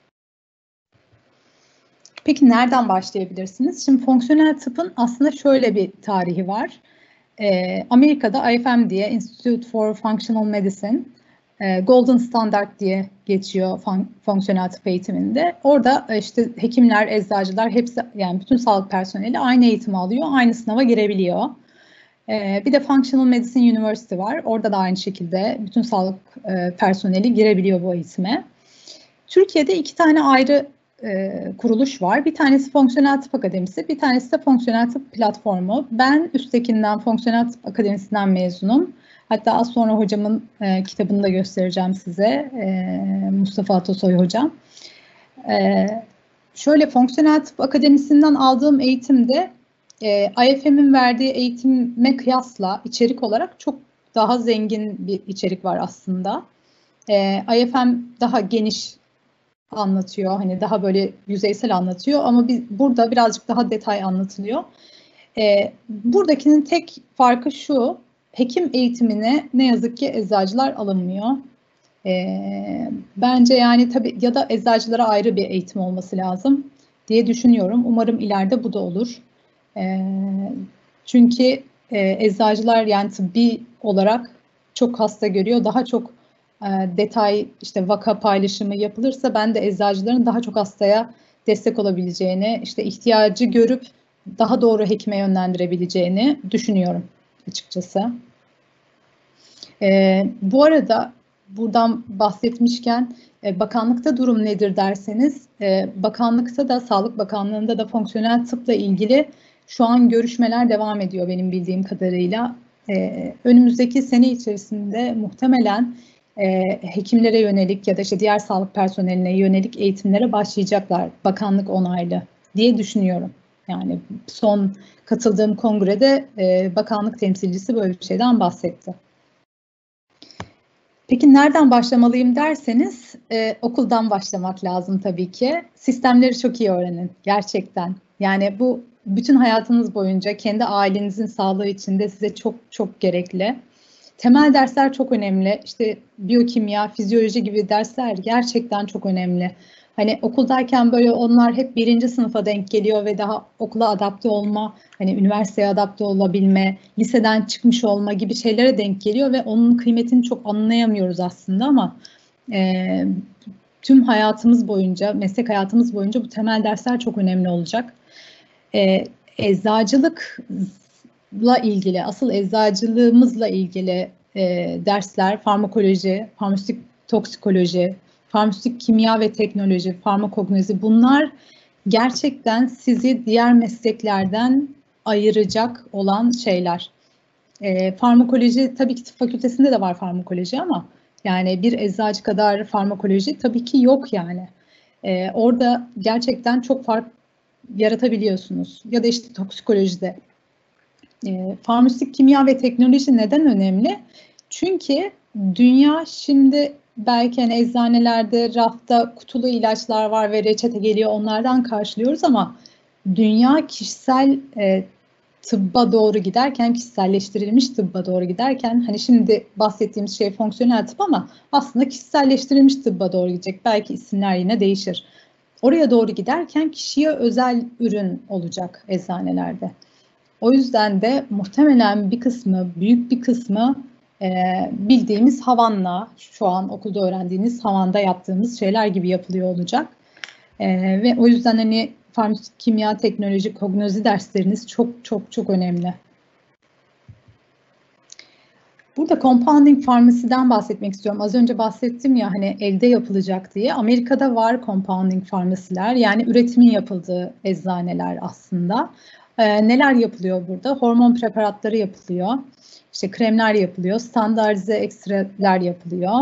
Peki nereden başlayabilirsiniz? Şimdi fonksiyonel tıpın aslında şöyle bir tarihi var. Amerika'da IFM diye Institute for Functional Medicine Golden Standard diye geçiyor fonksiyonel tıp eğitiminde. Orada işte hekimler, eczacılar hepsi yani bütün sağlık personeli aynı eğitimi alıyor, aynı sınava girebiliyor. Bir de Functional Medicine University var. Orada da aynı şekilde bütün sağlık personeli girebiliyor bu eğitime. Türkiye'de 2 tane ayrı kuruluş var. Bir tanesi Fonksiyonel Tıp Akademisi, bir tanesi de Fonksiyonel Tıp Platformu. Ben üsttekinden Fonksiyonel Tıp Akademisi'nden mezunum. Hatta az sonra hocamın kitabını da göstereceğim size, Mustafa Atasoy hocam. Şöyle Fonksiyonel Tıp Akademisi'nden aldığım eğitimde IFM'in verdiği eğitime kıyasla içerik olarak çok daha zengin bir içerik var aslında. IFM daha geniş anlatıyor. Hani daha böyle yüzeysel anlatıyor ama burada birazcık daha detay anlatılıyor. Buradakinin tek farkı şu, hekim eğitimine ne yazık ki eczacılar alınmıyor. Bence yani tabii ya da eczacılara ayrı bir eğitim olması lazım diye düşünüyorum. Umarım ileride bu da olur. Çünkü eczacılar yani tıbbi olarak çok hasta görüyor. Daha çok detay işte vaka paylaşımı yapılırsa ben de eczacıların daha çok hastaya destek olabileceğini, işte ihtiyacı görüp daha doğru hekime yönlendirebileceğini düşünüyorum açıkçası. Bu arada buradan bahsetmişken bakanlıkta durum nedir derseniz, bakanlıkta da Sağlık Bakanlığı'nda da fonksiyonel tıpla ilgili şu an görüşmeler devam ediyor benim bildiğim kadarıyla. Önümüzdeki sene içerisinde muhtemelen hekimlere yönelik ya da işte diğer sağlık personeline yönelik eğitimlere başlayacaklar. Bakanlık onaylı diye düşünüyorum. Yani son katıldığım kongrede bakanlık temsilcisi böyle bir şeyden bahsetti. Peki nereden başlamalıyım derseniz okuldan başlamak lazım tabii ki. Sistemleri çok iyi öğrenin gerçekten. Yani bu bütün hayatınız boyunca kendi ailenizin sağlığı için de size çok çok gerekli. Temel dersler çok önemli. İşte biyokimya, fizyoloji gibi dersler gerçekten çok önemli. Hani okuldayken böyle onlar hep 1. sınıfa denk geliyor ve daha okula adapte olma, hani üniversiteye adapte olabilme, liseden çıkmış olma gibi şeylere denk geliyor ve onun kıymetini çok anlayamıyoruz aslında ama tüm hayatımız boyunca, meslek hayatımız boyunca bu temel dersler çok önemli olacak. Eczacılıkla ilgili, asıl eczacılığımızla ilgili dersler, farmakoloji, farmasötik toksikoloji, farmasötik kimya ve teknoloji, farmakognozi bunlar gerçekten sizi diğer mesleklerden ayıracak olan şeyler. Farmakoloji tabii ki tıp fakültesinde de var farmakoloji ama yani bir eczacı kadar farmakoloji tabii ki yok yani. Orada gerçekten çok yaratabiliyorsunuz. Ya da işte toksikolojide. Farmasötik kimya ve teknoloji neden önemli? Çünkü dünya şimdi belki hani eczanelerde rafta kutulu ilaçlar var ve reçete geliyor, onlardan karşılıyoruz ama dünya kişisel tıbba doğru giderken, kişiselleştirilmiş tıbba doğru giderken, hani şimdi bahsettiğimiz şey fonksiyonel tıp ama aslında kişiselleştirilmiş tıbba doğru gidecek. Belki isimler yine değişir. Oraya doğru giderken kişiye özel ürün olacak eczanelerde. O yüzden de muhtemelen bir kısmı, büyük bir kısmı bildiğimiz Havan'la, şu an okulda öğrendiğiniz Havan'da yaptığımız şeyler gibi yapılıyor olacak. Ve o yüzden hani farmasötik, kimya, teknoloji, kognozi dersleriniz çok çok çok önemli. Burada compounding farmasiden bahsetmek istiyorum. Az önce bahsettim ya hani elde yapılacak diye. Amerika'da var compounding farmasiler, yani üretimin yapıldığı eczaneler aslında. Neler yapılıyor burada? Hormon preparatları yapılıyor. İşte kremler yapılıyor. Standartize ekstreler yapılıyor.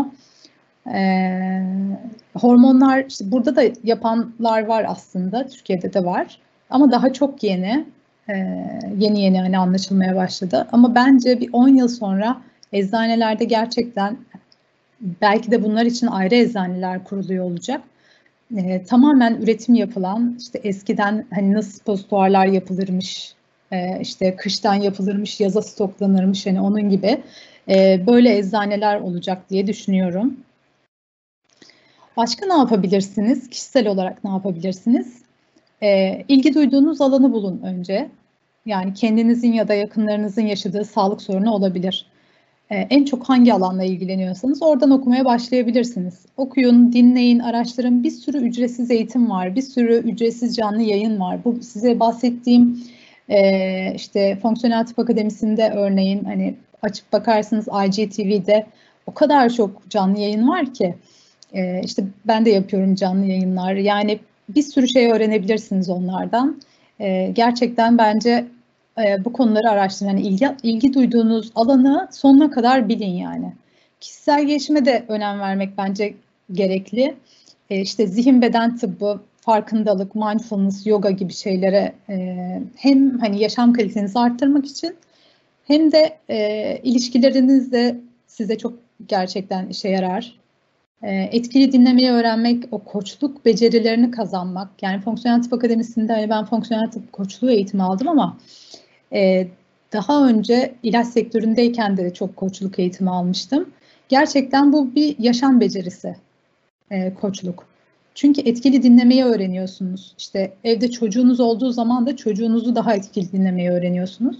Hormonlar, işte burada da yapanlar var aslında. Türkiye'de de var. Ama daha çok yeni. Yeni hani anlaşılmaya başladı. Ama bence bir 10 yıl sonra eczanelerde gerçekten belki de bunlar için ayrı eczaneler kuruluyor olacak. Tamamen üretim yapılan, işte eskiden hani nasıl supozitoarlar yapılırmış, işte kıştan yapılırmış, yaza stoklanırmış, hani onun gibi böyle eczaneler olacak diye düşünüyorum. Başka ne yapabilirsiniz? Kişisel olarak ne yapabilirsiniz? İlgi duyduğunuz alanı bulun önce. Yani kendinizin ya da yakınlarınızın yaşadığı sağlık sorunu olabilir. En çok hangi alanla ilgileniyorsanız oradan okumaya başlayabilirsiniz. Okuyun, dinleyin, araştırın. Bir sürü ücretsiz eğitim var, bir sürü ücretsiz canlı yayın var. Bu size bahsettiğim işte Fonksiyonel Tıp Akademisi'nde örneğin hani açıp bakarsınız, IGTV'de o kadar çok canlı yayın var ki. İşte ben de yapıyorum canlı yayınlar. Yani bir sürü şey öğrenebilirsiniz onlardan. Gerçekten bence bu konuları araştırın. Yani ilgi duyduğunuz alanı sonuna kadar bilin yani. Kişisel gelişime de önem vermek bence gerekli. İşte zihin beden tıbbı, farkındalık, mindfulness, yoga gibi şeylere hem hani yaşam kalitenizi arttırmak için hem de ilişkilerinizde size çok gerçekten işe yarar. Etkili dinlemeyi öğrenmek, o koçluk becerilerini kazanmak. Yani Fonksiyonel Tıp Akademisi'nde hani ben fonksiyonel tıp koçluğu eğitimi aldım ama daha önce ilaç sektöründeyken de çok koçluk eğitimi almıştım. Gerçekten bu bir yaşam becerisi, koçluk. Çünkü etkili dinlemeyi öğreniyorsunuz. İşte evde çocuğunuz olduğu zaman da çocuğunuzu daha etkili dinlemeyi öğreniyorsunuz.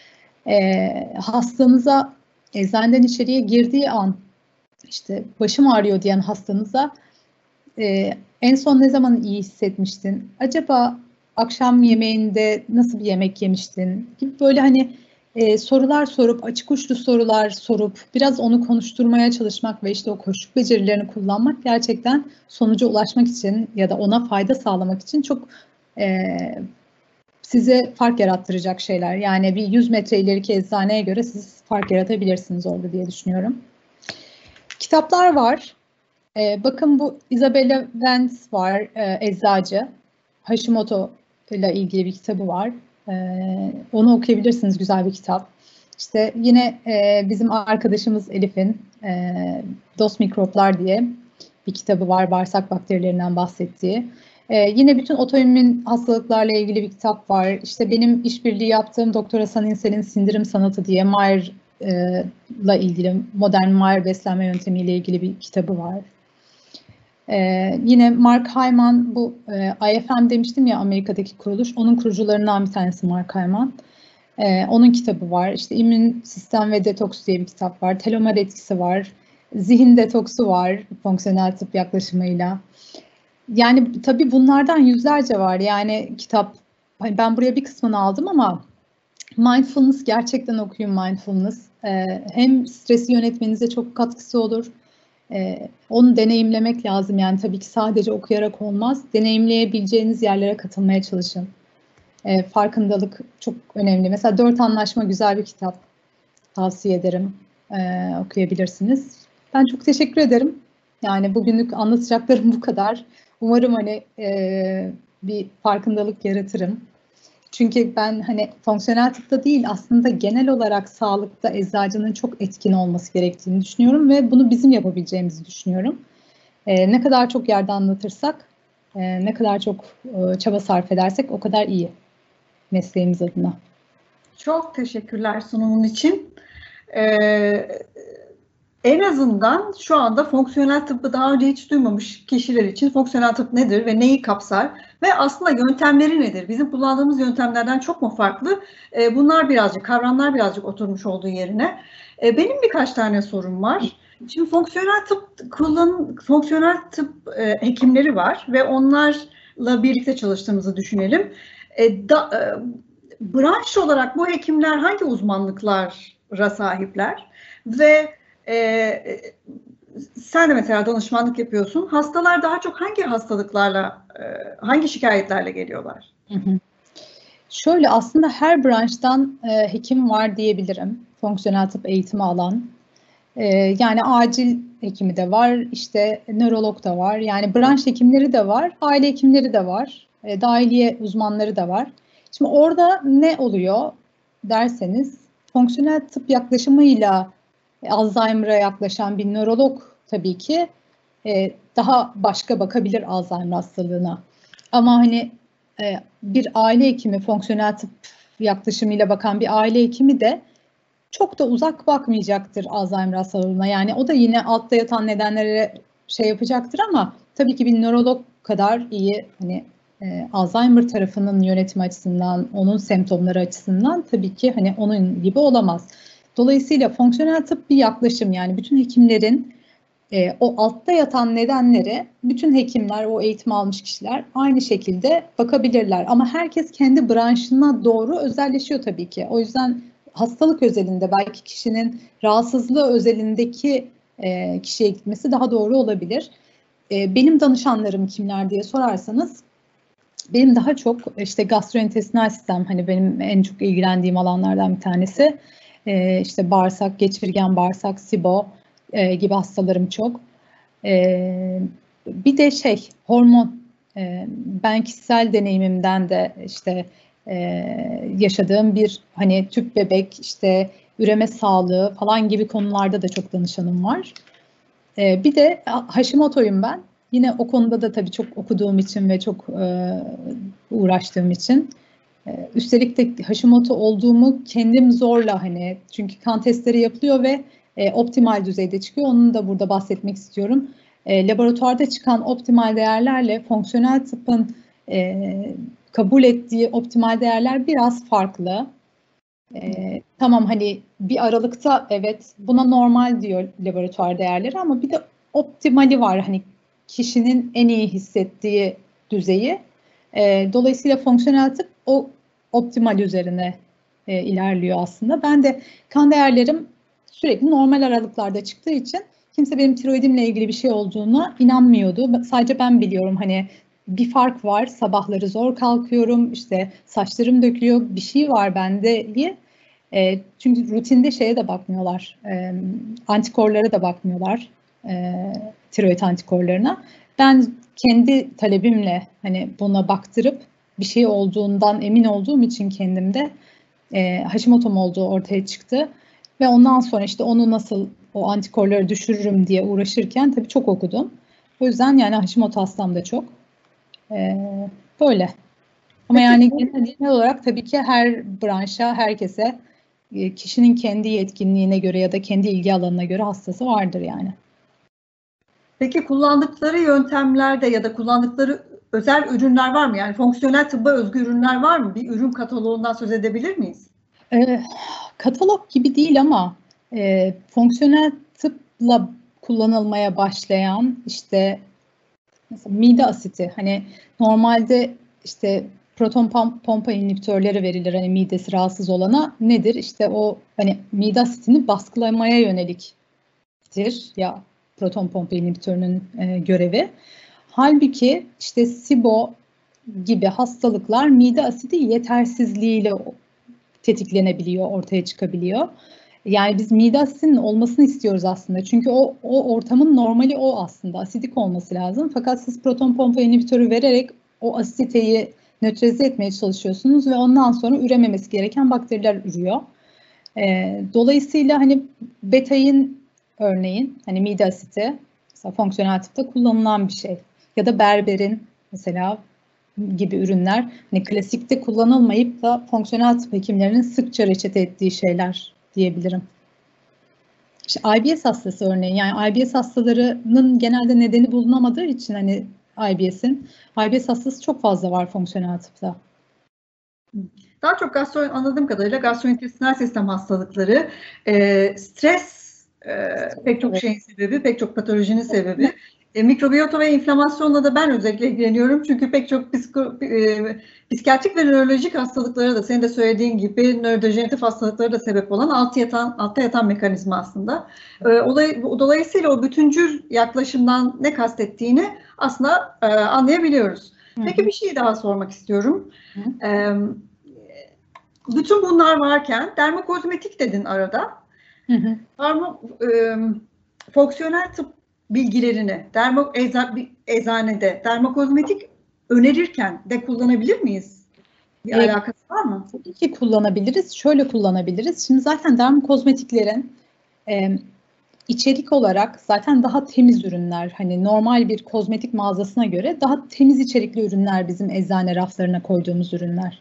Hastanıza eczaneden içeriye girdiği an işte başım ağrıyor diyen hastanıza en son ne zaman iyi hissetmiştin? Acaba akşam yemeğinde nasıl bir yemek yemiştin? Gibi böyle hani sorular sorup, açık uçlu sorular sorup biraz onu konuşturmaya çalışmak ve işte o koçluk becerilerini kullanmak gerçekten sonuca ulaşmak için ya da ona fayda sağlamak için çok size fark yarattıracak şeyler. Yani bir 100 metre ileriki eczaneye göre siz fark yaratabilirsiniz orada diye düşünüyorum. Kitaplar var. Bakın bu Isabella Vance var, eczacı. Hashimoto ile ilgili bir kitabı var. Onu okuyabilirsiniz, güzel bir kitap. İşte yine bizim arkadaşımız Elif'in Dost Mikroplar diye bir kitabı var, bağırsak bakterilerinden bahsettiği. Yine bütün otoimmün hastalıklarla ilgili bir kitap var. İşte benim işbirliği yaptığım Doktor Hasan İnsel'in Sindirim Sanatı diye Mayer'la ilgili, modern Mayer beslenme yöntemiyle ilgili bir kitabı var. Yine Mark Hyman, bu IFM demiştim ya, Amerika'daki kuruluş, onun kurucularından bir tanesi Mark Hyman. Onun kitabı var. İşte İmmün Sistem ve Detoks diye bir kitap var. Telomer etkisi var. Zihin detoksu var fonksiyonel tıp yaklaşımıyla. Yani tabii bunlardan yüzlerce var. Yani kitap, ben buraya bir kısmını aldım ama mindfulness, gerçekten okuyun mindfulness. Hem stresi yönetmenize çok katkısı olur. Onu deneyimlemek lazım. Yani tabii ki sadece okuyarak olmaz. Deneyimleyebileceğiniz yerlere katılmaya çalışın. Farkındalık çok önemli. Mesela 4 Anlaşma güzel bir kitap. Tavsiye ederim. Okuyabilirsiniz. Ben çok teşekkür ederim. Yani bugünlük anlatacaklarım bu kadar. Umarım hani bir farkındalık yaratırım. Çünkü ben hani fonksiyonel tıpta değil aslında genel olarak sağlıkta eczacının çok etkin olması gerektiğini düşünüyorum ve bunu bizim yapabileceğimizi düşünüyorum. Ne kadar çok yerde anlatırsak, ne kadar çok çaba sarf edersek o kadar iyi mesleğimiz adına. Çok teşekkürler sunumun için. En azından şu anda fonksiyonel tıbbı daha önce hiç duymamış kişiler için fonksiyonel tıp nedir ve neyi kapsar ve aslında yöntemleri nedir? Bizim kullandığımız yöntemlerden çok mu farklı? Bunlar birazcık, kavramlar birazcık oturmuş olduğu yerine. Benim birkaç tane sorum var. Şimdi fonksiyonel tıp hekimleri var ve onlarla birlikte çalıştığımızı düşünelim. Branş olarak bu hekimler hangi uzmanlıklara sahipler? Ve sen de mesela danışmanlık yapıyorsun. Hastalar daha çok hangi hastalıklarla, hangi şikayetlerle geliyorlar? Hı hı. Şöyle aslında her branştan hekim var diyebilirim. Fonksiyonel tıp eğitimi alan. Yani acil hekimi de var, işte nörolog da var. Yani branş hekimleri de var, aile hekimleri de var. Dahiliye uzmanları da var. Şimdi orada ne oluyor derseniz, fonksiyonel tıp yaklaşımıyla Alzheimer'a yaklaşan bir nörolog tabii ki daha başka bakabilir Alzheimer hastalığına. Ama hani bir aile hekimi, fonksiyonel tıp yaklaşımıyla bakan bir aile hekimi de çok da uzak bakmayacaktır Alzheimer hastalığına. Yani o da yine altta yatan nedenlere şey yapacaktır ama tabii ki bir nörolog kadar iyi hani Alzheimer tarafının yönetimi açısından, onun semptomları açısından tabii ki hani onun gibi olamaz. Dolayısıyla fonksiyonel tıp bir yaklaşım, yani bütün hekimlerin o altta yatan nedenlere bütün hekimler, o eğitim almış kişiler aynı şekilde bakabilirler. Ama herkes kendi branşına doğru özelleşiyor tabii ki. O yüzden hastalık özelinde belki kişinin rahatsızlığı özelindeki kişiye gitmesi daha doğru olabilir. Benim danışanlarım kimler diye sorarsanız, benim daha çok işte gastrointestinal sistem, hani benim en çok ilgilendiğim alanlardan bir tanesi. İşte bağırsak, geçirgen bağırsak, SIBO gibi hastalarım çok. Bir de hormon. Ben kişisel deneyimimden de işte yaşadığım bir hani tüp bebek, işte üreme sağlığı falan gibi konularda da çok danışanım var. Bir de Hashimoto'yum ben. Yine o konuda da tabii çok okuduğum için ve çok uğraştığım için. Üstelik de Hashimoto olduğumu kendim zorla, hani çünkü kan testleri yapılıyor ve optimal düzeyde çıkıyor. Onu da burada bahsetmek istiyorum. Laboratuvarda çıkan optimal değerlerle fonksiyonel tıbbın kabul ettiği optimal değerler biraz farklı. Tamam, hani bir aralıkta evet buna normal diyor laboratuvar değerleri ama bir de optimali var, hani kişinin en iyi hissettiği düzeyi. Dolayısıyla fonksiyonel tıp o optimal üzerine ilerliyor aslında. Ben de kan değerlerim sürekli normal aralıklarda çıktığı için kimse benim tiroidimle ilgili bir şey olduğuna inanmıyordu. Sadece ben biliyorum, hani bir fark var, sabahları zor kalkıyorum, işte saçlarım dökülüyor, bir şey var bende diye. Çünkü rutinde şeye de bakmıyorlar, antikorlara da bakmıyorlar, tiroid antikorlarına. Ben kendi talebimle hani buna baktırıp bir şey olduğundan emin olduğum için kendimde Hashimoto'm olduğu ortaya çıktı. Ve ondan sonra işte onu nasıl, o antikorları düşürürüm diye uğraşırken tabii çok okudum. O yüzden yani Hashimoto hastam da çok. Böyle. Ama Peki, yani genel olarak tabii ki her branşa, herkese kişinin kendi yetkinliğine göre ya da kendi ilgi alanına göre hastası vardır yani. Peki kullandıkları yöntemlerde ya da kullandıkları özel ürünler var mı? Yani fonksiyonel tıbba özgü ürünler var mı? Bir ürün kataloğundan söz edebilir miyiz? Katalog gibi değil ama fonksiyonel tıpla kullanılmaya başlayan işte mesela mide asiti, hani normalde işte proton pompa inhibitörleri verilir hani midesi rahatsız olana. Nedir? İşte o hani mide asitini baskılamaya yöneliktir ya proton pompa inhibitörünün görevi. Halbuki işte SIBO gibi hastalıklar mide asidi yetersizliğiyle tetiklenebiliyor, ortaya çıkabiliyor. Yani biz mide asidinin olmasını istiyoruz aslında. Çünkü o ortamın normali o aslında. Asidik olması lazım. Fakat siz proton pompa inhibitörü vererek o asiteyi nötralize etmeye çalışıyorsunuz ve ondan sonra ürememesi gereken bakteriler ürüyor. Dolayısıyla hani betain örneğin hani mide asiti mesela fonksiyonel tıpta kullanılan bir şey. Ya da berberin mesela gibi ürünler hani klasikte kullanılmayıp da fonksiyonel tıp hekimlerinin sıkça reçete ettiği şeyler diyebilirim. İşte IBS hastası örneğin, yani IBS hastalarının genelde nedeni bulunamadığı için hani IBS hastası çok fazla var fonksiyonel tıpta. Daha çok anladığım kadarıyla gastrointestinal sistem hastalıkları, stres pek çok şeyin sebebi, pek çok patolojinin sebebi. Mikrobiyota ve inflamasyonla da ben özellikle ilgileniyorum. Çünkü pek çok psikiyatrik ve nörolojik hastalıklara da senin de söylediğin gibi nörodejeneratif hastalıklara da sebep olan altta yatan mekanizma aslında. Dolayısıyla o bütüncül yaklaşımdan ne kastettiğini aslında anlayabiliyoruz. Peki bir şey daha sormak istiyorum. Bütün bunlar varken dermokozmetik dedin arada. Fonksiyonel tıp bilgilerini eczanede dermokozmetik önerirken de kullanabilir miyiz? Bir alakası var mı? Tabii ki kullanabiliriz. Şöyle kullanabiliriz. Şimdi zaten dermokozmetiklerin içerik olarak zaten daha temiz ürünler. Hani normal bir kozmetik mağazasına göre daha temiz içerikli ürünler bizim eczane raflarına koyduğumuz ürünler.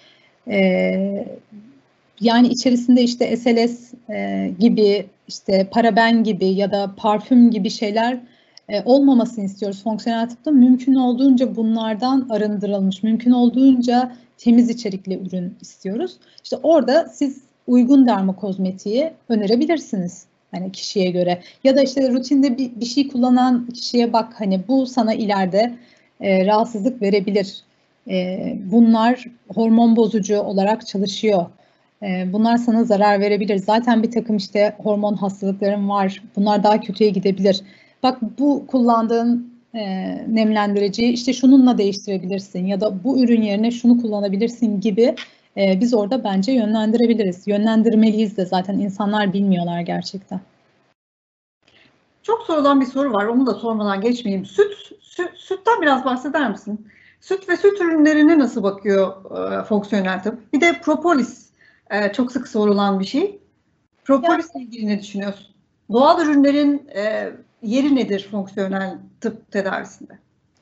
Yani içerisinde işte SLS gibi, işte paraben gibi ya da parfüm gibi şeyler olmamasını istiyoruz. Fonksiyonel tıpta mümkün olduğunca bunlardan arındırılmış, mümkün olduğunca temiz içerikli ürün istiyoruz. İşte orada siz uygun dermokozmetiği önerebilirsiniz. Hani kişiye göre. Ya da işte rutinde bir şey kullanan kişiye bak, hani bu sana ileride rahatsızlık verebilir. Bunlar hormon bozucu olarak çalışıyor. Bunlar sana zarar verebilir. Zaten bir takım işte hormon hastalıkların var. Bunlar daha kötüye gidebilir. Bak, bu kullandığın nemlendiriciyi işte şununla değiştirebilirsin ya da bu ürün yerine şunu kullanabilirsin gibi biz orada bence yönlendirebiliriz. Yönlendirmeliyiz de, zaten insanlar bilmiyorlar gerçekten. Çok sorulan bir soru var. Onu da sormadan geçmeyeyim. Sütten biraz bahseder misin? Süt ve süt ürünlerine nasıl bakıyor fonksiyonel tıp? Bir de propolis çok sık sorulan bir şey. Propolisle ilgili ne düşünüyorsun? Doğal ürünlerin yeri nedir fonksiyonel tıp tedavisinde?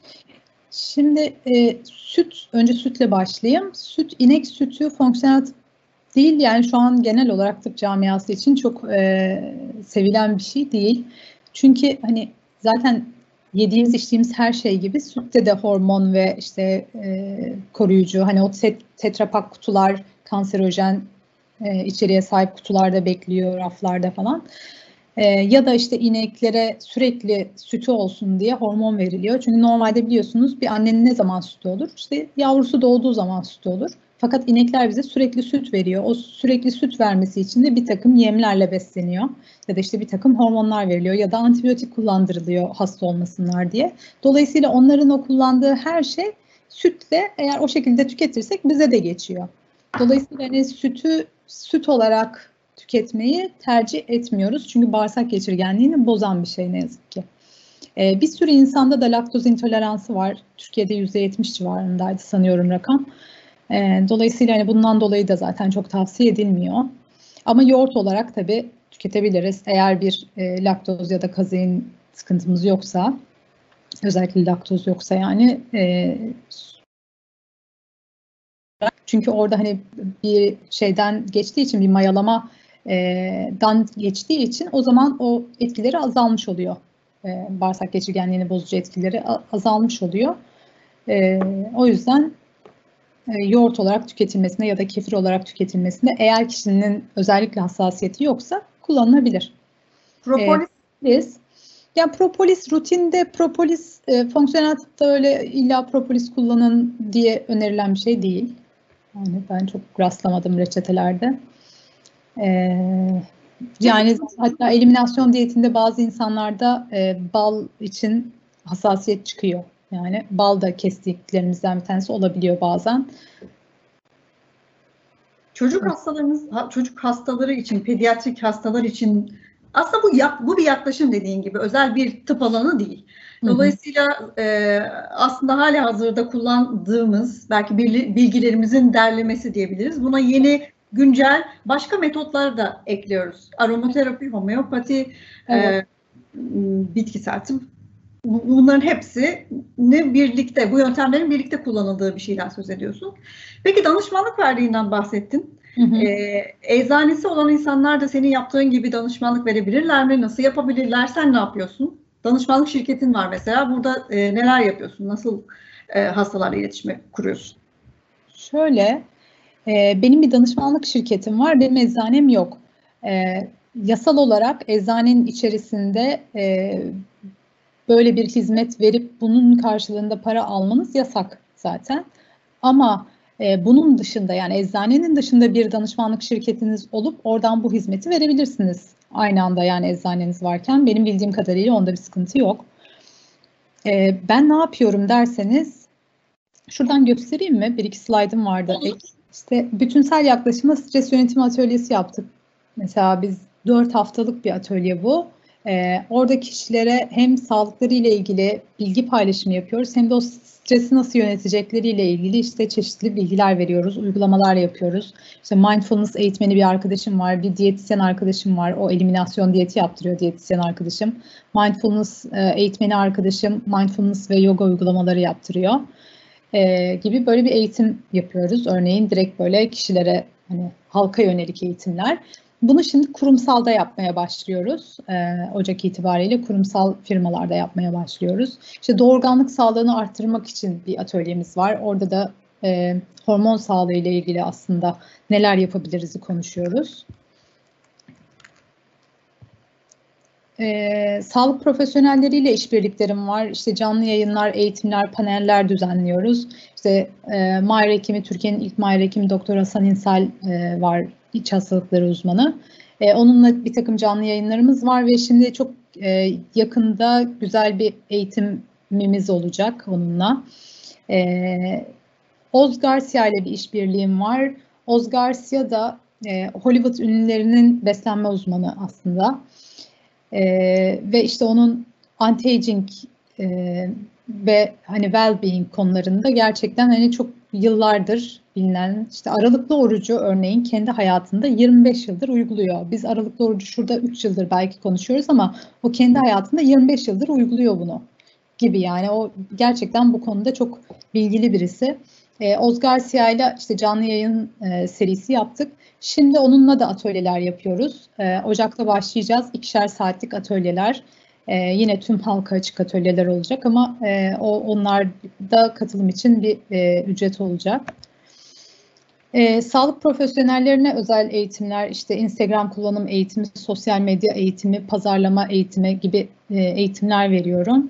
Şimdi önce sütle başlayayım. İnek sütü fonksiyonel tıp değil, yani şu an genel olarak tıp camiası için çok sevilen bir şey değil. Çünkü hani zaten yediğimiz içtiğimiz her şey gibi sütte de hormon ve işte koruyucu, hani o tetrapak kutular, kanserojen içeriğe sahip kutularda bekliyor raflarda falan. Ya da işte ineklere sürekli sütü olsun diye hormon veriliyor. Çünkü normalde biliyorsunuz bir annenin ne zaman sütü olur? İşte yavrusu doğduğu zaman sütü olur. Fakat inekler bize sürekli süt veriyor. O sürekli süt vermesi için de bir takım yemlerle besleniyor. Ya da işte bir takım hormonlar veriliyor ya da antibiyotik kullandırılıyor hasta olmasınlar diye. Dolayısıyla onların o kullandığı her şey sütle eğer o şekilde tüketirsek bize de geçiyor. Dolayısıyla hani süt olarak tüketmeyi tercih etmiyoruz. Çünkü bağırsak geçirgenliğini bozan bir şey ne yazık ki. Bir sürü insanda da laktoz intoleransı var. Türkiye'de %70 civarındaydı sanıyorum rakam. Dolayısıyla hani bundan dolayı da zaten çok tavsiye edilmiyor. Ama yoğurt olarak tabii tüketebiliriz. Eğer bir laktoz ya da kazein sıkıntımız yoksa, özellikle laktoz yoksa yani. Çünkü orada hani bir şeyden geçtiği için, bir mayalamadan geçtiği için o zaman o etkileri azalmış oluyor. Bağırsak geçirgenliğini bozucu etkileri azalmış oluyor. O yüzden yoğurt olarak tüketilmesine ya da kefir olarak tüketilmesine, eğer kişinin özellikle hassasiyeti yoksa, kullanılabilir. Propolis? Yani rutinde fonksiyonel tıpta öyle illa propolis kullanın diye önerilen bir şey değil. Yani ben çok rastlamadım reçetelerde. Yani hatta eliminasyon diyetinde bazı insanlarda bal için hassasiyet çıkıyor. Yani bal da kestiklerimizden bir tanesi olabiliyor bazen. Çocuk hastaları için, pediatrik hastalar için aslında bu bir yaklaşım, dediğin gibi özel bir tıp alanı değil. Dolayısıyla aslında halihazırda kullandığımız belki bilgilerimizin derlemesi diyebiliriz. Buna yeni, güncel başka metotlar da ekliyoruz. Aromaterapi, homeopati, Evet. bitkisel tıp. Bunların hepsini birlikte, bu yöntemlerin birlikte kullanıldığı bir şeyden söz ediyorsun. Peki danışmanlık verdiğinden bahsettin. Eczanesi olan insanlar da senin yaptığın gibi danışmanlık verebilirler mi? Nasıl yapabilirler? Sen ne yapıyorsun? Danışmanlık şirketin var mesela. Burada neler yapıyorsun? Nasıl hastalarla iletişim kuruyorsun? Şöyle, benim bir danışmanlık şirketim var, benim eczanem yok. Yasal olarak eczanenin içerisinde böyle bir hizmet verip bunun karşılığında para almanız yasak zaten. Ama bunun dışında, yani eczanenin dışında bir danışmanlık şirketiniz olup oradan bu hizmeti verebilirsiniz. Aynı anda, yani eczaneniz varken, benim bildiğim kadarıyla onda bir sıkıntı yok. Ben ne yapıyorum derseniz, şuradan göstereyim mi? Bir iki slaydım vardı. İşte bütünsel yaklaşımla stres yönetimi atölyesi yaptık. Mesela biz 4 haftalık bir atölye bu. Orada kişilere hem sağlıkları ile ilgili bilgi paylaşımı yapıyoruz, hem de o stresi nasıl yönetecekleriyle ilgili işte çeşitli bilgiler veriyoruz, uygulamalar yapıyoruz. İşte mindfulness eğitmeni bir arkadaşım var, bir diyetisyen arkadaşım var. O eliminasyon diyeti yaptırıyor diyetisyen arkadaşım. Mindfulness eğitmeni arkadaşım mindfulness ve yoga uygulamaları yaptırıyor. Gibi böyle bir eğitim yapıyoruz. Örneğin direkt böyle kişilere, hani halka yönelik eğitimler. Bunu şimdi kurumsalda yapmaya başlıyoruz. Ocak itibariyle kurumsal firmalarda yapmaya başlıyoruz. İşte doğurganlık sağlığını arttırmak için bir atölyemiz var. Orada da hormon sağlığı ile ilgili aslında neler yapabiliriz'i konuşuyoruz. Sağlık profesyonelleriyle işbirliklerim var. İşte canlı yayınlar, eğitimler, paneller düzenliyoruz. İşte Mahir Hekimi, Türkiye'nin ilk Mahir Hekimi Doktor Hasan İnsel var, iç hastalıkları uzmanı. Onunla bir takım canlı yayınlarımız var ve şimdi çok yakında güzel bir eğitimimiz olacak onunla. Oz Garcia ile bir işbirliğim var. Oz Garcia da Hollywood ünlülerinin beslenme uzmanı aslında. Ve işte onun anti-aging ve hani well-being konularında gerçekten hani çok yıllardır bilinen, işte aralıklı orucu örneğin kendi hayatında 25 yıldır uyguluyor. Biz aralıklı orucu şurada 3 yıldır belki konuşuyoruz ama o kendi hayatında 25 yıldır uyguluyor bunu gibi, yani o gerçekten bu konuda çok bilgili birisi. Oz Garcia ile işte canlı yayın serisi yaptık. Şimdi onunla da atölyeler yapıyoruz. Ocak'ta başlayacağız. 2'şer saatlik atölyeler. Yine tüm halka açık atölyeler olacak ama onlarda katılım için bir ücret olacak. Sağlık profesyonellerine özel eğitimler, işte Instagram kullanım eğitimi, sosyal medya eğitimi, pazarlama eğitimi gibi eğitimler veriyorum.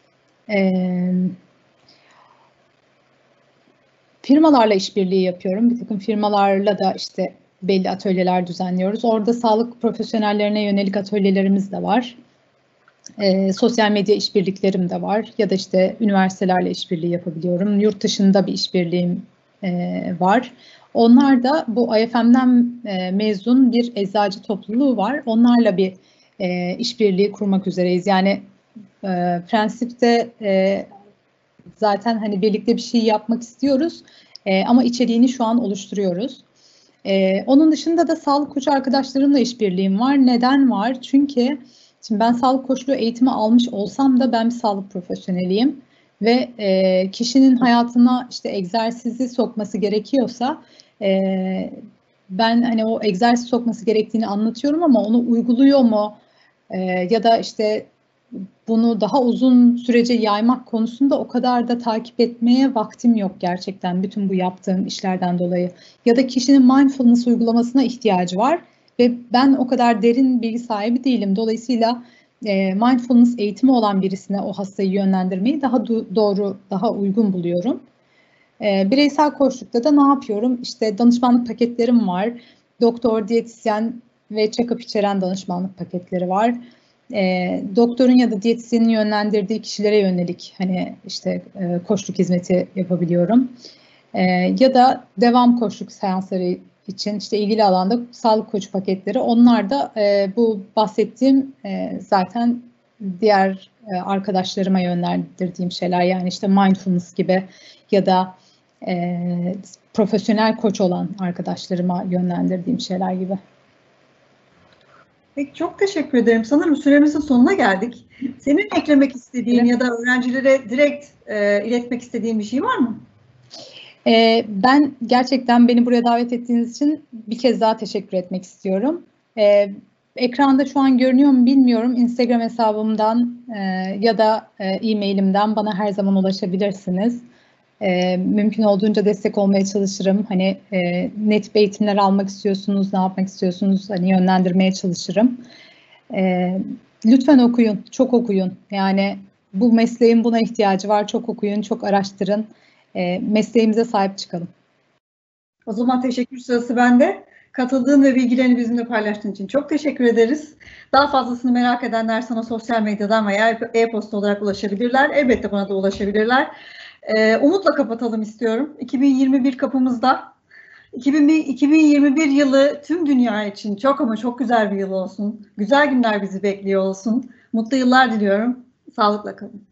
Firmalarla işbirliği yapıyorum. Bir takım firmalarla da işte belli atölyeler düzenliyoruz. Orada sağlık profesyonellerine yönelik atölyelerimiz de var. Sosyal medya işbirliklerim de var. Ya da işte üniversitelerle işbirliği yapabiliyorum. Yurt dışında bir işbirliğim var. Onlar da bu IFM'den mezun bir eczacı topluluğu var. Onlarla bir işbirliği kurmak üzereyiz. Yani prensipte zaten hani birlikte bir şey yapmak istiyoruz ama içeriğini şu an oluşturuyoruz. Onun dışında da sağlık koçu arkadaşlarımla işbirliğim var. Neden var? Çünkü şimdi ben sağlık koçluğu eğitimi almış olsam da ben bir sağlık profesyoneliyim ve kişinin hayatına işte egzersizi sokması gerekiyorsa ben hani o egzersiz sokması gerektiğini anlatıyorum ama onu uyguluyor mu ya da işte bunu daha uzun sürece yaymak konusunda o kadar da takip etmeye vaktim yok gerçekten, bütün bu yaptığım işlerden dolayı. Ya da kişinin mindfulness uygulamasına ihtiyacı var ve ben o kadar derin bilgi sahibi değilim. Dolayısıyla mindfulness eğitimi olan birisine o hastayı yönlendirmeyi daha doğru, daha uygun buluyorum. Bireysel koçlukta da ne yapıyorum? İşte danışmanlık paketlerim var. Doktor, diyetisyen ve check-up içeren danışmanlık paketleri var. Doktorun ya da diyetisyenin yönlendirdiği kişilere yönelik hani işte koçluk hizmeti yapabiliyorum. Ya da devam koçluk seansları için işte ilgili alanda sağlık koçu paketleri. Onlar da bu bahsettiğim zaten diğer arkadaşlarıma yönlendirdiğim şeyler, yani işte mindfulness gibi ya da profesyonel koç olan arkadaşlarıma yönlendirdiğim şeyler gibi. Peki, çok teşekkür ederim. Sanırım süremizin sonuna geldik. Senin eklemek istediğin ya da öğrencilere direkt iletmek istediğin bir şey var mı? Ben gerçekten beni buraya davet ettiğiniz için bir kez daha teşekkür etmek istiyorum. Ekranda şu an görünüyor mu bilmiyorum. Instagram hesabımdan ya da e-mailimden bana her zaman ulaşabilirsiniz. Mümkün olduğunca destek olmaya çalışırım. Hani ne tip eğitimler almak istiyorsunuz, ne yapmak istiyorsunuz, hani yönlendirmeye çalışırım. Lütfen okuyun, çok okuyun. Yani bu mesleğin buna ihtiyacı var. Çok okuyun, çok araştırın. Mesleğimize sahip çıkalım. O zaman teşekkür sırası bende. Katıldığın ve bilgilerini bizimle paylaştığın için çok teşekkür ederiz. Daha fazlasını merak edenler sana sosyal medyadan veya e-posta olarak ulaşabilirler. Elbette bana da ulaşabilirler. Umutla kapatalım istiyorum. 2021 kapımızda. 2021 yılı tüm dünya için çok ama çok güzel bir yıl olsun. Güzel günler bizi bekliyor olsun. Mutlu yıllar diliyorum. Sağlıkla kalın.